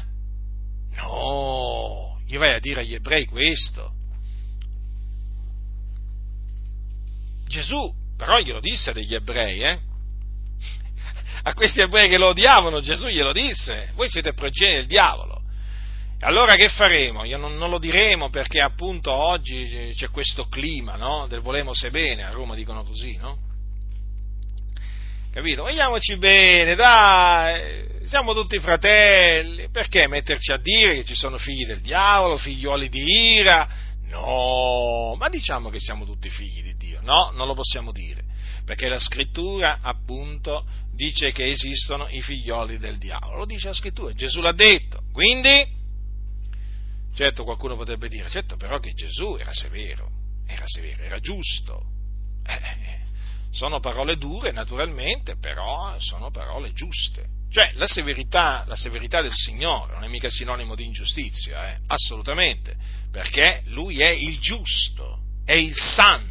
No, gli vai a dire agli ebrei questo. Gesù però glielo disse degli ebrei, eh? A questi ebrei che lo odiavano Gesù glielo disse: voi siete progenie del diavolo. E allora che faremo? Io non, non lo diremo perché appunto oggi c'è questo clima, no? Del volemose bene, a Roma dicono così, no? Capito? Vogliamoci bene, dai, siamo tutti fratelli, perché metterci a dire che ci sono figli del diavolo, figlioli di ira? No, ma diciamo che siamo tutti figli di Dio. No, non lo possiamo dire, perché la scrittura appunto dice che esistono i figlioli del diavolo, lo dice la scrittura, Gesù l'ha detto. Quindi, certo qualcuno potrebbe dire, certo però che Gesù era severo, era severo, era giusto, eh, sono parole dure naturalmente, però sono parole giuste. Cioè la severità, la severità del Signore non è mica sinonimo di ingiustizia, eh, assolutamente, perché Lui è il giusto, è il santo.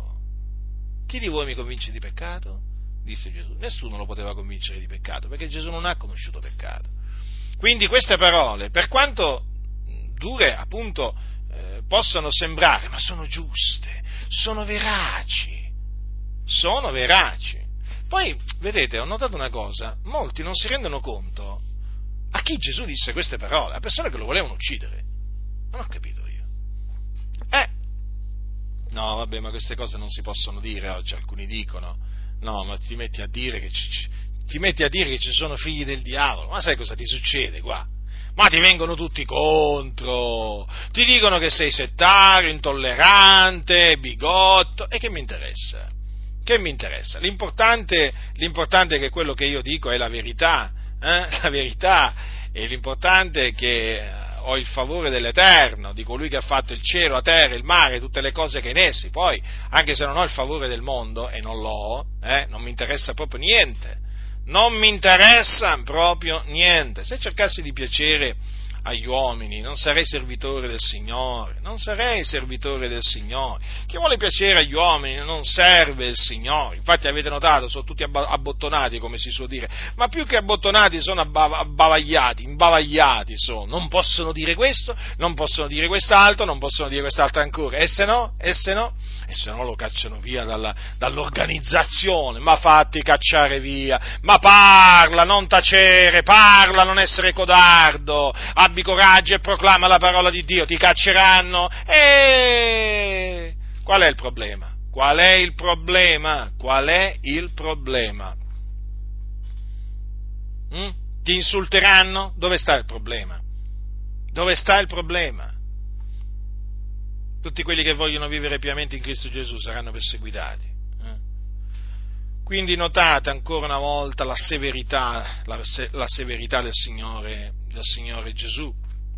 Chi di voi mi convince di peccato? Disse Gesù. Nessuno lo poteva convincere di peccato, perché Gesù non ha conosciuto peccato. Quindi queste parole, per quanto dure appunto eh, possano sembrare, ma sono giuste, sono veraci, sono veraci. Poi, vedete, ho notato una cosa, molti non si rendono conto a chi Gesù disse queste parole, a persone che lo volevano uccidere. Non ho capito io. Eh, no, vabbè, ma queste cose non si possono dire oggi, alcuni dicono, no, ma ti metti a dire che ci, ti metti a dire che ci sono figli del diavolo, ma sai cosa ti succede qua? Ma ti vengono tutti contro, ti dicono che sei settario, intollerante, bigotto, e che mi interessa? Che mi interessa? L'importante, l'importante è che quello che io dico è la verità, eh? La verità, e l'importante è che ho il favore dell'Eterno, di colui che ha fatto il cielo, la terra, il mare, tutte le cose che in essi. Poi, anche se non ho il favore del mondo, e non l'ho, eh, non mi interessa proprio niente, non mi interessa proprio niente. Se cercassi di piacere agli uomini, non sarei servitore del Signore, non sarei servitore del Signore. Chi vuole piacere agli uomini non serve il Signore. Infatti avete notato, sono tutti abbottonati, come si suol dire, ma più che abbottonati sono abbavagliati, imbavagliati sono, non possono dire questo, non possono dire quest'altro, non possono dire quest'altro ancora, e se no, e se no, e se no lo cacciano via dalla, dall'organizzazione. Ma fatti cacciare via, ma parla, non tacere, parla, non essere codardo, abbi coraggio e proclama la parola di Dio, ti cacceranno. E qual è il problema? Qual è il problema? Qual è il problema? Mm? Ti insulteranno? Dove sta il problema? Dove sta il problema? Tutti quelli che vogliono vivere piamente in Cristo Gesù saranno perseguitati. Eh? Quindi notate ancora una volta la severità, la, la severità del Signore, del Signore Gesù.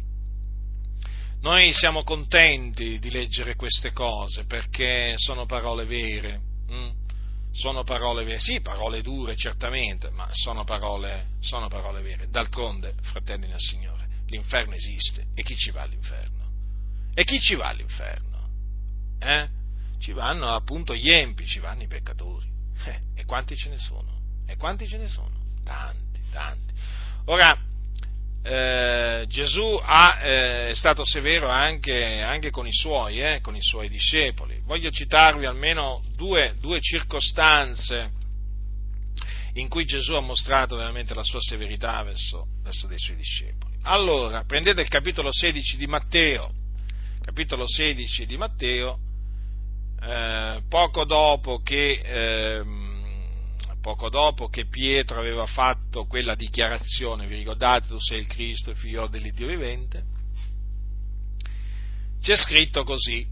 Noi siamo contenti di leggere queste cose perché sono parole vere, hm? sono parole vere, sì, parole dure certamente, ma sono parole, sono parole vere. D'altronde, fratelli nel Signore, l'inferno esiste, e chi ci va all'inferno? E chi ci va all'inferno? Eh? Ci vanno appunto gli empi, ci vanno i peccatori. Eh, e quanti ce ne sono? E quanti ce ne sono? Tanti, tanti. Ora, eh, Gesù ha, eh, è stato severo anche, anche con i suoi, eh, con i suoi discepoli. Voglio citarvi almeno due, due circostanze in cui Gesù ha mostrato veramente la sua severità verso, verso dei suoi discepoli. Allora, prendete il capitolo sedici di Matteo, capitolo sedici di Matteo, eh, poco dopo che... Eh, poco dopo che Pietro aveva fatto quella dichiarazione, vi ricordate, tu sei il Cristo, il figlio dell'Iddio vivente, c'è scritto così,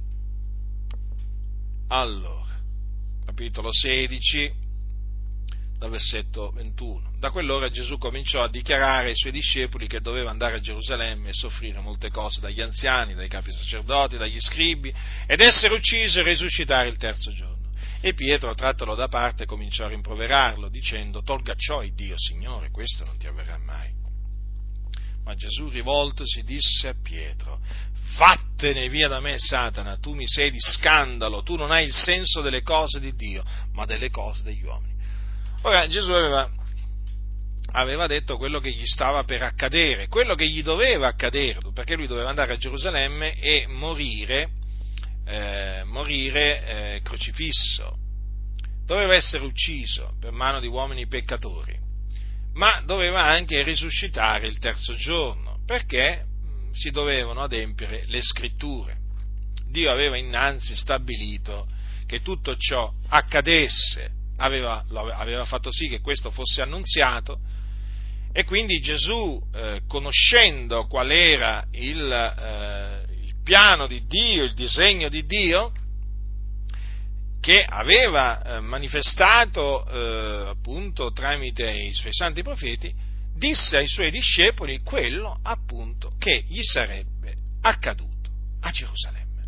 allora, capitolo sedici, dal versetto ventuno, da quell'ora Gesù cominciò a dichiarare ai suoi discepoli che doveva andare a Gerusalemme e soffrire molte cose dagli anziani, dai capi sacerdoti, dagli scribi, ed essere ucciso e risuscitare il terzo giorno. E Pietro, trattalo da parte, cominciò a rimproverarlo, dicendo: tolga ciò Dio, Signore, questo non ti avverrà mai. Ma Gesù, rivoltosi, disse a Pietro: vattene via da me, Satana, tu mi sei di scandalo, tu non hai il senso delle cose di Dio, ma delle cose degli uomini. Ora, Gesù aveva, aveva detto quello che gli stava per accadere, quello che gli doveva accadere, perché lui doveva andare a Gerusalemme e morire, Eh, morire eh, crocifisso, doveva essere ucciso per mano di uomini peccatori, ma doveva anche risuscitare il terzo giorno, perché mh, si dovevano adempiere le scritture. Dio aveva innanzi stabilito che tutto ciò accadesse, aveva, aveva fatto sì che questo fosse annunziato, e quindi Gesù, eh, conoscendo qual era il eh, piano di Dio, il disegno di Dio, che aveva eh, manifestato eh, appunto tramite i suoi santi profeti, disse ai suoi discepoli quello appunto che gli sarebbe accaduto a Gerusalemme.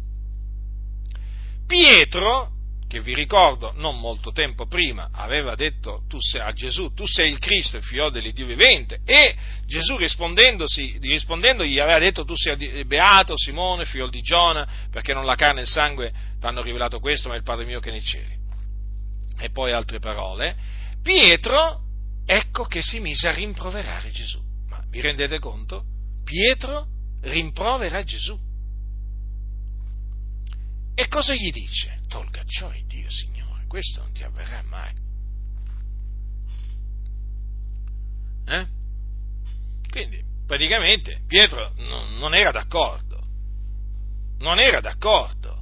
Pietro, che vi ricordo non molto tempo prima aveva detto tu sei, a Gesù, tu sei il Cristo, il figlio dell'Iddio vivente, e Gesù rispondendosi, rispondendo gli aveva detto tu sei beato Simone, figlio di Giona, perché non la carne e il sangue ti hanno rivelato questo, ma il Padre mio che è nei cieli. E poi altre parole. Pietro, ecco che si mise a rimproverare Gesù. Ma vi rendete conto? Pietro rimprovera Gesù. E cosa gli dice? Tolga ciò Dio, Signore, questo non ti avverrà mai. Eh? Quindi, praticamente, Pietro non, non era d'accordo. Non era d'accordo.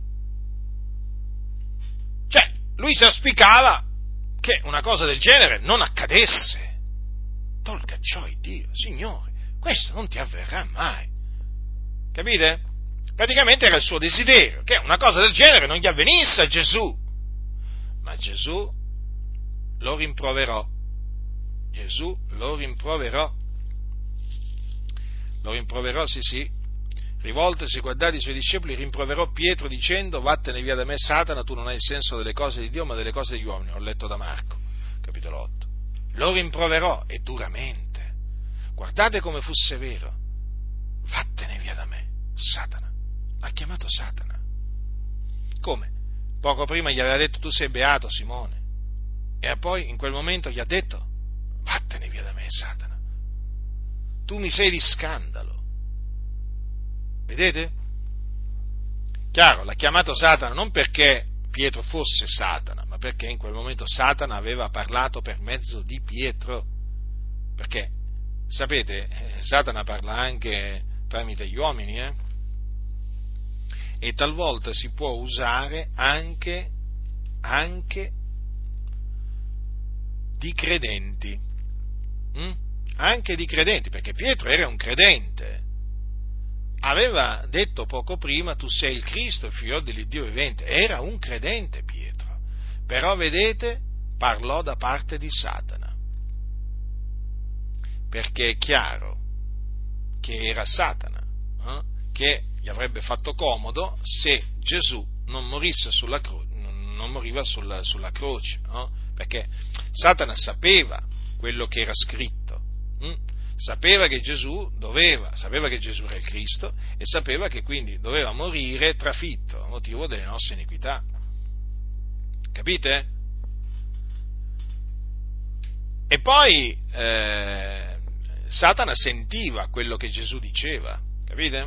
Cioè, lui si auspicava che una cosa del genere non accadesse. Tolga ciò Dio, Signore, questo non ti avverrà mai. Capite? Praticamente era il suo desiderio, che una cosa del genere non gli avvenisse a Gesù. Ma Gesù lo rimproverò. Gesù lo rimproverò. Lo rimproverò, sì, sì. Rivoltosi, guardate i suoi discepoli, rimproverò Pietro dicendo: vattene via da me, Satana, tu non hai il senso delle cose di Dio, ma delle cose degli uomini. Ho letto da Marco, capitolo otto. Lo rimproverò, e duramente. Guardate come fu severo. Vattene via da me, Satana. L'ha chiamato Satana. Come? Poco prima gli aveva detto tu sei beato Simone, e poi in quel momento gli ha detto vattene via da me, Satana, tu mi sei di scandalo. Vedete? Chiaro, l'ha chiamato Satana non perché Pietro fosse Satana, ma perché in quel momento Satana aveva parlato per mezzo di Pietro, perché sapete, eh, Satana parla anche tramite gli uomini, eh? E talvolta si può usare anche, anche di credenti, hm? anche di credenti, perché Pietro era un credente, aveva detto poco prima tu sei il Cristo, il figlio dell'Iddio vivente, era un credente Pietro, però vedete, parlò da parte di Satana, perché è chiaro che era Satana, eh? che gli avrebbe fatto comodo se Gesù non morisse sulla croce, non moriva sulla, sulla croce, no? Perché Satana sapeva quello che era scritto, hm? sapeva che Gesù doveva, sapeva che Gesù era il Cristo e sapeva che quindi doveva morire trafitto a motivo delle nostre iniquità. Capite? E poi eh, Satana sentiva quello che Gesù diceva, capite?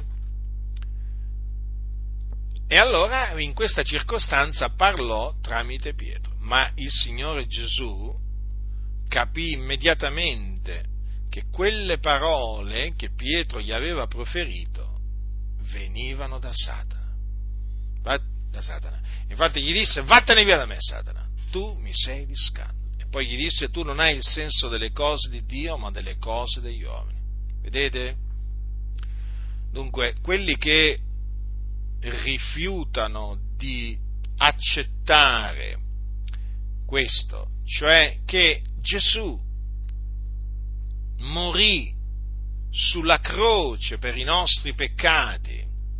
E allora in questa circostanza parlò tramite Pietro, ma il Signore Gesù capì immediatamente che quelle parole che Pietro gli aveva proferito venivano da Satana. Da Satana. Infatti gli disse: vattene via da me, Satana, tu mi sei di scandalo. E poi gli disse: tu non hai il senso delle cose di Dio, ma delle cose degli uomini. Vedete? Dunque, quelli che rifiutano di accettare questo, cioè che Gesù morì sulla croce per i nostri peccati,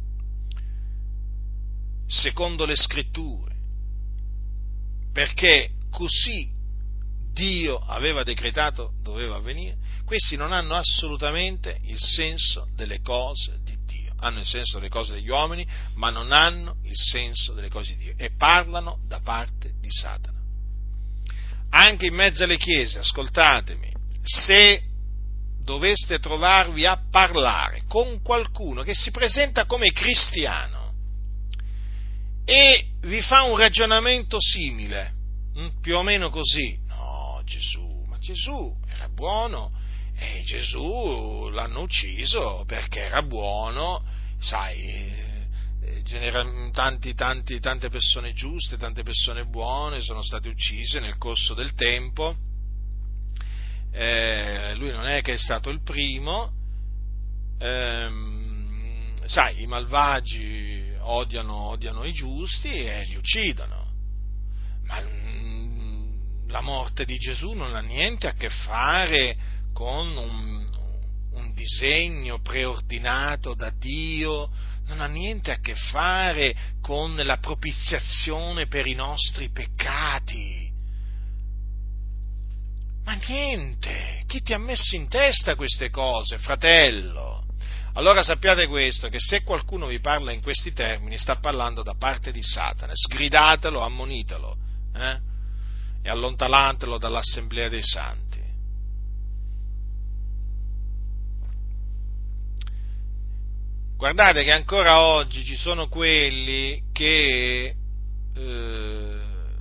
secondo le Scritture, perché così Dio aveva decretato doveva avvenire, questi non hanno assolutamente il senso delle cose di Dio, hanno il senso delle cose degli uomini, ma non hanno il senso delle cose di Dio e parlano da parte di Satana. Anche in mezzo alle chiese, ascoltatemi, se doveste trovarvi a parlare con qualcuno che si presenta come cristiano e vi fa un ragionamento simile, più o meno così: no, Gesù, ma Gesù era buono, e Gesù l'hanno ucciso perché era buono, sai, general, tanti, tanti, tante persone giuste, tante persone buone sono state uccise nel corso del tempo, eh, lui non è che è stato il primo, ehm, sai, i malvagi odiano, odiano i giusti e li uccidono, ma mh, la morte di Gesù non ha niente a che fare con un, un disegno preordinato da Dio, non ha niente a che fare con la propiziazione per i nostri peccati. Ma niente, chi ti ha messo in testa queste cose, fratello? Allora sappiate questo, che se qualcuno vi parla in questi termini, sta parlando da parte di Satana, sgridatelo, ammonitelo, eh? e allontanatelo dall'assemblea dei santi. Guardate che ancora oggi ci sono quelli che eh,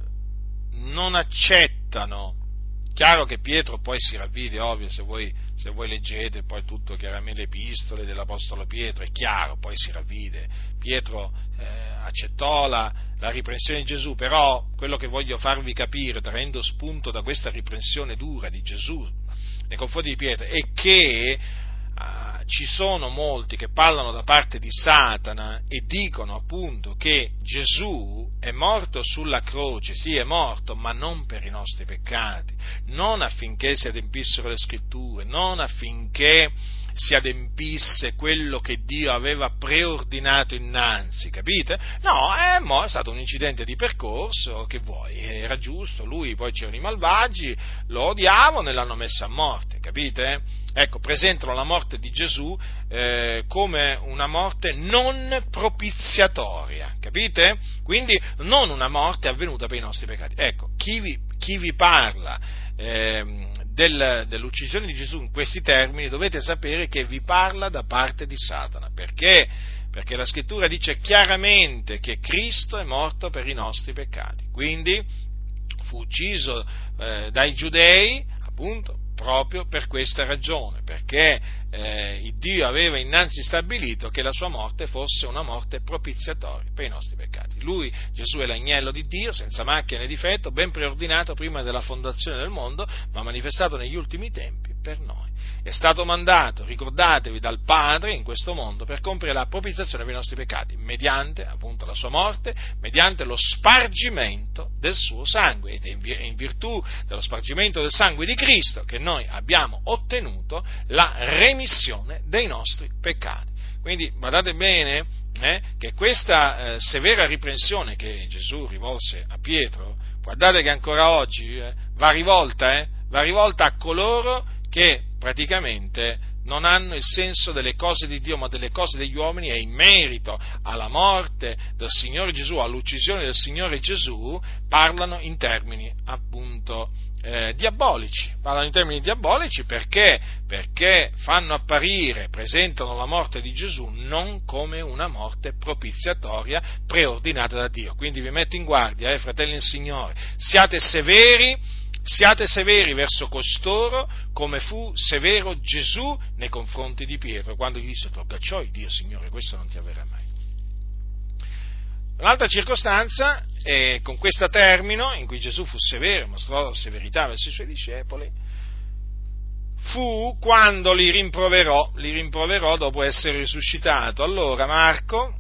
non accettano. Chiaro che Pietro poi si ravvide, ovvio, se voi, se voi leggete poi tutto chiaramente le epistole dell'Apostolo Pietro, è chiaro, poi si ravvide. Pietro eh, accettò la, la riprensione di Gesù, però quello che voglio farvi capire, traendo spunto da questa riprensione dura di Gesù nei confronti di Pietro, è che Uh, ci sono molti che parlano da parte di Satana e dicono appunto che Gesù è morto sulla croce, sì è morto, ma non per i nostri peccati, non affinché si adempissero le scritture, non affinché si adempisse quello che Dio aveva preordinato innanzi, capite? No, è, è stato un incidente di percorso, che vuoi, era giusto, lui, poi c'erano i malvagi, lo odiavano e l'hanno messo a morte, capite? Ecco, presentano la morte di Gesù eh, come una morte non propiziatoria, capite? Quindi non una morte avvenuta per i nostri peccati. Ecco, chi vi, chi vi parla eh, del, dell'uccisione di Gesù in questi termini, dovete sapere che vi parla da parte di Satana. Perché? Perché la Scrittura dice chiaramente che Cristo è morto per i nostri peccati. Quindi fu ucciso eh, dai giudei, appunto, proprio per questa ragione, perché eh, il Dio aveva innanzi stabilito che la sua morte fosse una morte propiziatoria per i nostri peccati. Lui, Gesù, è l'agnello di Dio, senza macchia né difetto, ben preordinato prima della fondazione del mondo, ma manifestato negli ultimi tempi per noi. È stato mandato, ricordatevi, dal Padre in questo mondo per compiere la propiziazione per i nostri peccati, mediante appunto la sua morte, mediante lo spargimento del suo sangue. Ed è in virtù dello spargimento del sangue di Cristo che noi abbiamo ottenuto la remissione dei nostri peccati. Quindi badate bene eh, che questa eh, severa riprensione che Gesù rivolse a Pietro, guardate che ancora oggi eh, va rivolta, eh, va rivolta a coloro che praticamente non hanno il senso delle cose di Dio, ma delle cose degli uomini, e in merito alla morte del Signore Gesù, all'uccisione del Signore Gesù, parlano in termini appunto eh, diabolici, parlano in termini diabolici perché? Perché fanno apparire, presentano la morte di Gesù non come una morte propiziatoria preordinata da Dio. Quindi vi metto in guardia, eh, fratelli del Signore, siate severi, Siate severi verso costoro come fu severo Gesù nei confronti di Pietro, quando gli disse: tocca ciò il Dio, Signore, questo non ti avverrà mai. Un'altra circostanza, e con questa termino, in cui Gesù fu severo, mostrò severità verso i suoi discepoli, fu quando li rimproverò, li rimproverò dopo essere risuscitato. Allora, Marco,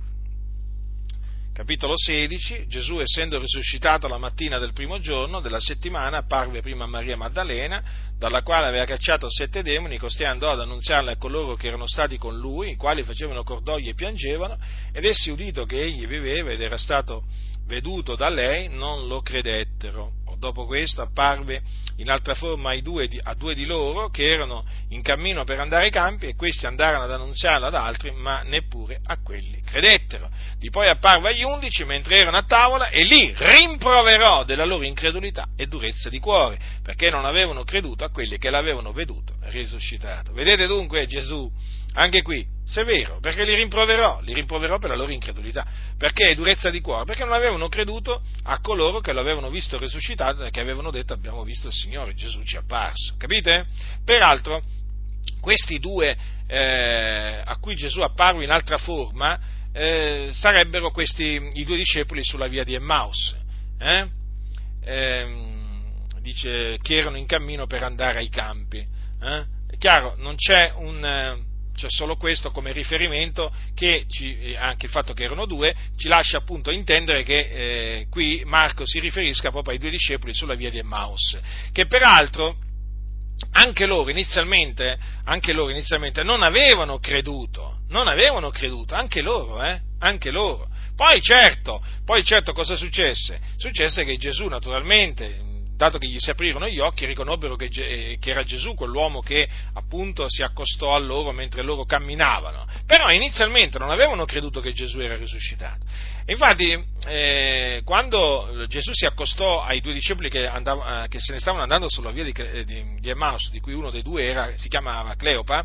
capitolo sedici, Gesù, essendo risuscitato la mattina del primo giorno della settimana, apparve prima a Maria Maddalena, dalla quale aveva cacciato sette demoni. Costei andò ad annunziarle a coloro che erano stati con lui, i quali facevano cordoglio e piangevano, ed essi, udito che egli viveva ed era stato veduto da lei, non lo credettero. O dopo questo apparve in altra forma ai due di, a due di loro che erano in cammino per andare ai campi, e questi andarono ad annunziarla ad altri, ma neppure a quelli credettero. Di poi apparve agli undici mentre erano a tavola, e lì rimproverò della loro incredulità e durezza di cuore, perché non avevano creduto a quelli che l'avevano veduto risuscitato. Vedete dunque Gesù, anche qui, severo, perché li rimproverò, li rimproverò per la loro incredulità. Perché durezza di cuore? Perché non avevano creduto a coloro che lo avevano visto risuscitato e che avevano detto: abbiamo visto il Signore, Gesù ci è apparso. Capite? Peraltro, questi due eh, a cui Gesù apparve in altra forma eh, sarebbero questi i due discepoli sulla via di Emmaus, eh? Eh, dice che erano in cammino per andare ai campi. Eh? È chiaro, non c'è un... c'è solo questo come riferimento, che ci, anche il fatto che erano due ci lascia appunto intendere che eh, qui Marco si riferisca proprio ai due discepoli sulla via di Emmaus, che peraltro anche loro inizialmente, anche loro inizialmente non avevano creduto, non avevano creduto, anche loro, eh, anche loro. Poi certo, poi certo cosa successe? Successe che Gesù naturalmente, dato che gli si aprirono gli occhi, riconobbero che, che era Gesù quell'uomo che appunto si accostò a loro mentre loro camminavano, però inizialmente non avevano creduto che Gesù era risuscitato. Infatti eh, quando Gesù si accostò ai due discepoli che, andava, eh, che se ne stavano andando sulla via di, di, di Emmaus, di cui uno dei due era, si chiamava Cleopa,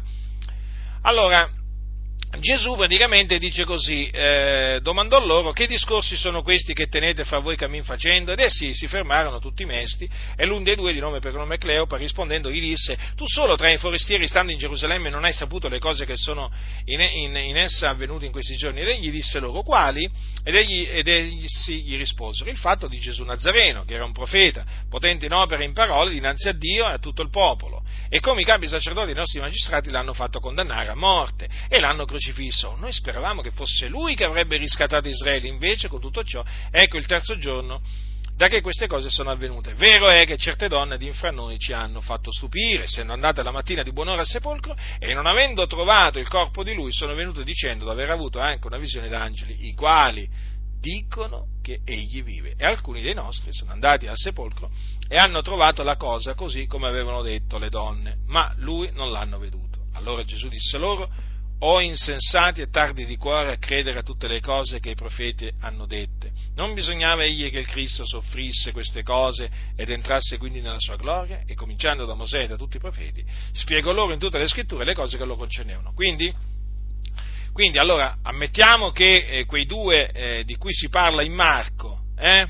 allora Gesù praticamente dice così, eh, domandò loro: che discorsi sono questi che tenete fra voi cammin facendo? Ed essi si fermarono tutti mesti, e l'un dei due, di nome per nome Cleopa, rispondendo gli disse: tu solo tra i forestieri stando in Gerusalemme non hai saputo le cose che sono in, in, in essa avvenute in questi giorni? Ed egli disse loro: quali? Ed egli, ed essi gli risposero: il fatto di Gesù Nazareno, che era un profeta, potente in opere e in parole dinanzi a Dio e a tutto il popolo, e come i capi sacerdoti e i nostri magistrati l'hanno fatto condannare a morte e l'hanno crocifisso. Noi speravamo che fosse lui che avrebbe riscattato Israele, invece con tutto ciò ecco il terzo giorno da che queste cose sono avvenute. Vero è che certe donne di infra noi ci hanno fatto stupire, essendo andate la mattina di buon'ora al sepolcro, e non avendo trovato il corpo di lui sono venute dicendo di aver avuto anche una visione d'angeli, i quali dicono che egli vive. E alcuni dei nostri sono andati al sepolcro e hanno trovato la cosa così come avevano detto le donne, ma lui non l'hanno veduto. Allora Gesù disse loro: o insensati e tardi di cuore a credere a tutte le cose che i profeti hanno dette. Non bisognava egli che il Cristo soffrisse queste cose ed entrasse quindi nella sua gloria? E cominciando da Mosè e da tutti i profeti, spiegò loro in tutte le scritture le cose che lo concernevano. Quindi, quindi allora, ammettiamo che eh, quei due eh, di cui si parla in Marco, eh,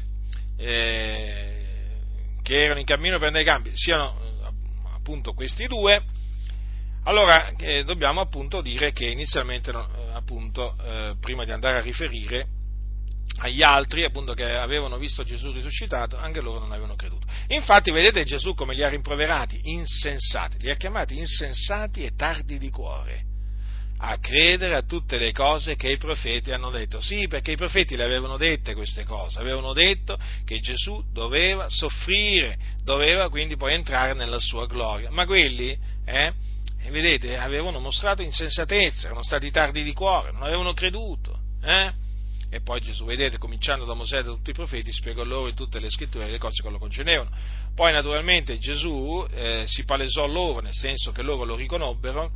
eh, che erano in cammino per andare ai campi, siano eh, appunto questi due. Allora eh, dobbiamo appunto dire che inizialmente, eh, appunto, eh, prima di andare a riferire agli altri appunto che avevano visto Gesù risuscitato, anche loro non avevano creduto. Infatti vedete Gesù come li ha rimproverati? Insensati, li ha chiamati insensati e tardi di cuore a credere a tutte le cose che i profeti hanno detto. Sì, perché i profeti le avevano dette queste cose, avevano detto che Gesù doveva soffrire, doveva quindi poi entrare nella sua gloria, ma quelli, eh, E vedete, avevano mostrato insensatezza, erano stati tardi di cuore, non avevano creduto, Eh? E poi Gesù, vedete, cominciando da Mosè e da tutti i profeti, spiegò loro in tutte le scritture le cose che lo concernevano. Poi naturalmente Gesù eh, si palesò loro, nel senso che loro lo riconobbero,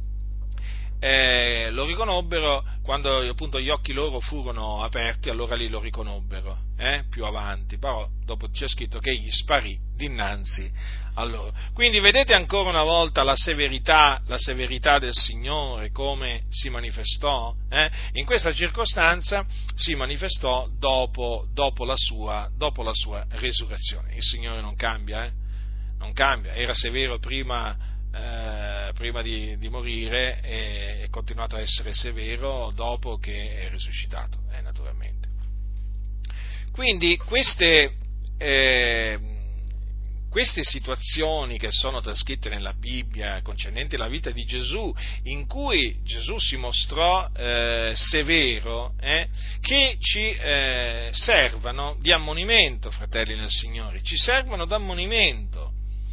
eh, lo riconobbero quando appunto gli occhi loro furono aperti, allora lì lo riconobbero, eh, più avanti, però dopo c'è scritto che egli sparì dinanzi a loro. Quindi vedete ancora una volta la severità, la severità del Signore, come si manifestò? Eh? In questa circostanza si manifestò dopo, dopo, la sua, dopo la sua resurrezione. Il Signore non cambia, eh? Non cambia, era severo prima Eh, prima di, di morire e è continuato a essere severo dopo che è risuscitato, eh, naturalmente. Quindi queste, eh, queste situazioni che sono trascritte nella Bibbia concernenti la vita di Gesù, in cui Gesù si mostrò eh, severo, eh, che ci eh, servano di ammonimento, fratelli nel Signore, ci servono d'ammonimento.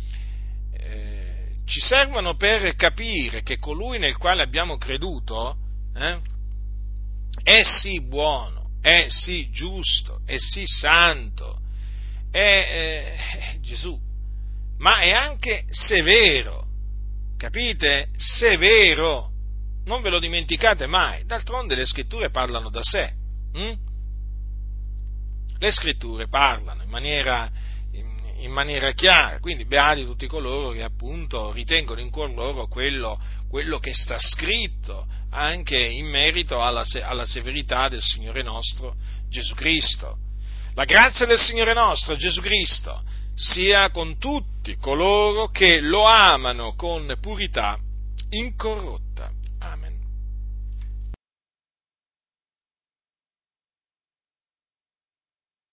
Ci servono per capire che colui nel quale abbiamo creduto eh, è sì buono, è sì giusto, è sì santo, è eh, Gesù, ma è anche severo, capite? Severo, non ve lo dimenticate mai, d'altronde le scritture parlano da sé, hm? Le scritture parlano in maniera in maniera chiara, quindi beati tutti coloro che appunto ritengono in cuor loro quello, quello che sta scritto anche in merito alla, alla severità del Signore nostro Gesù Cristo. La grazia del Signore nostro Gesù Cristo sia con tutti coloro che lo amano con purità incorrotta.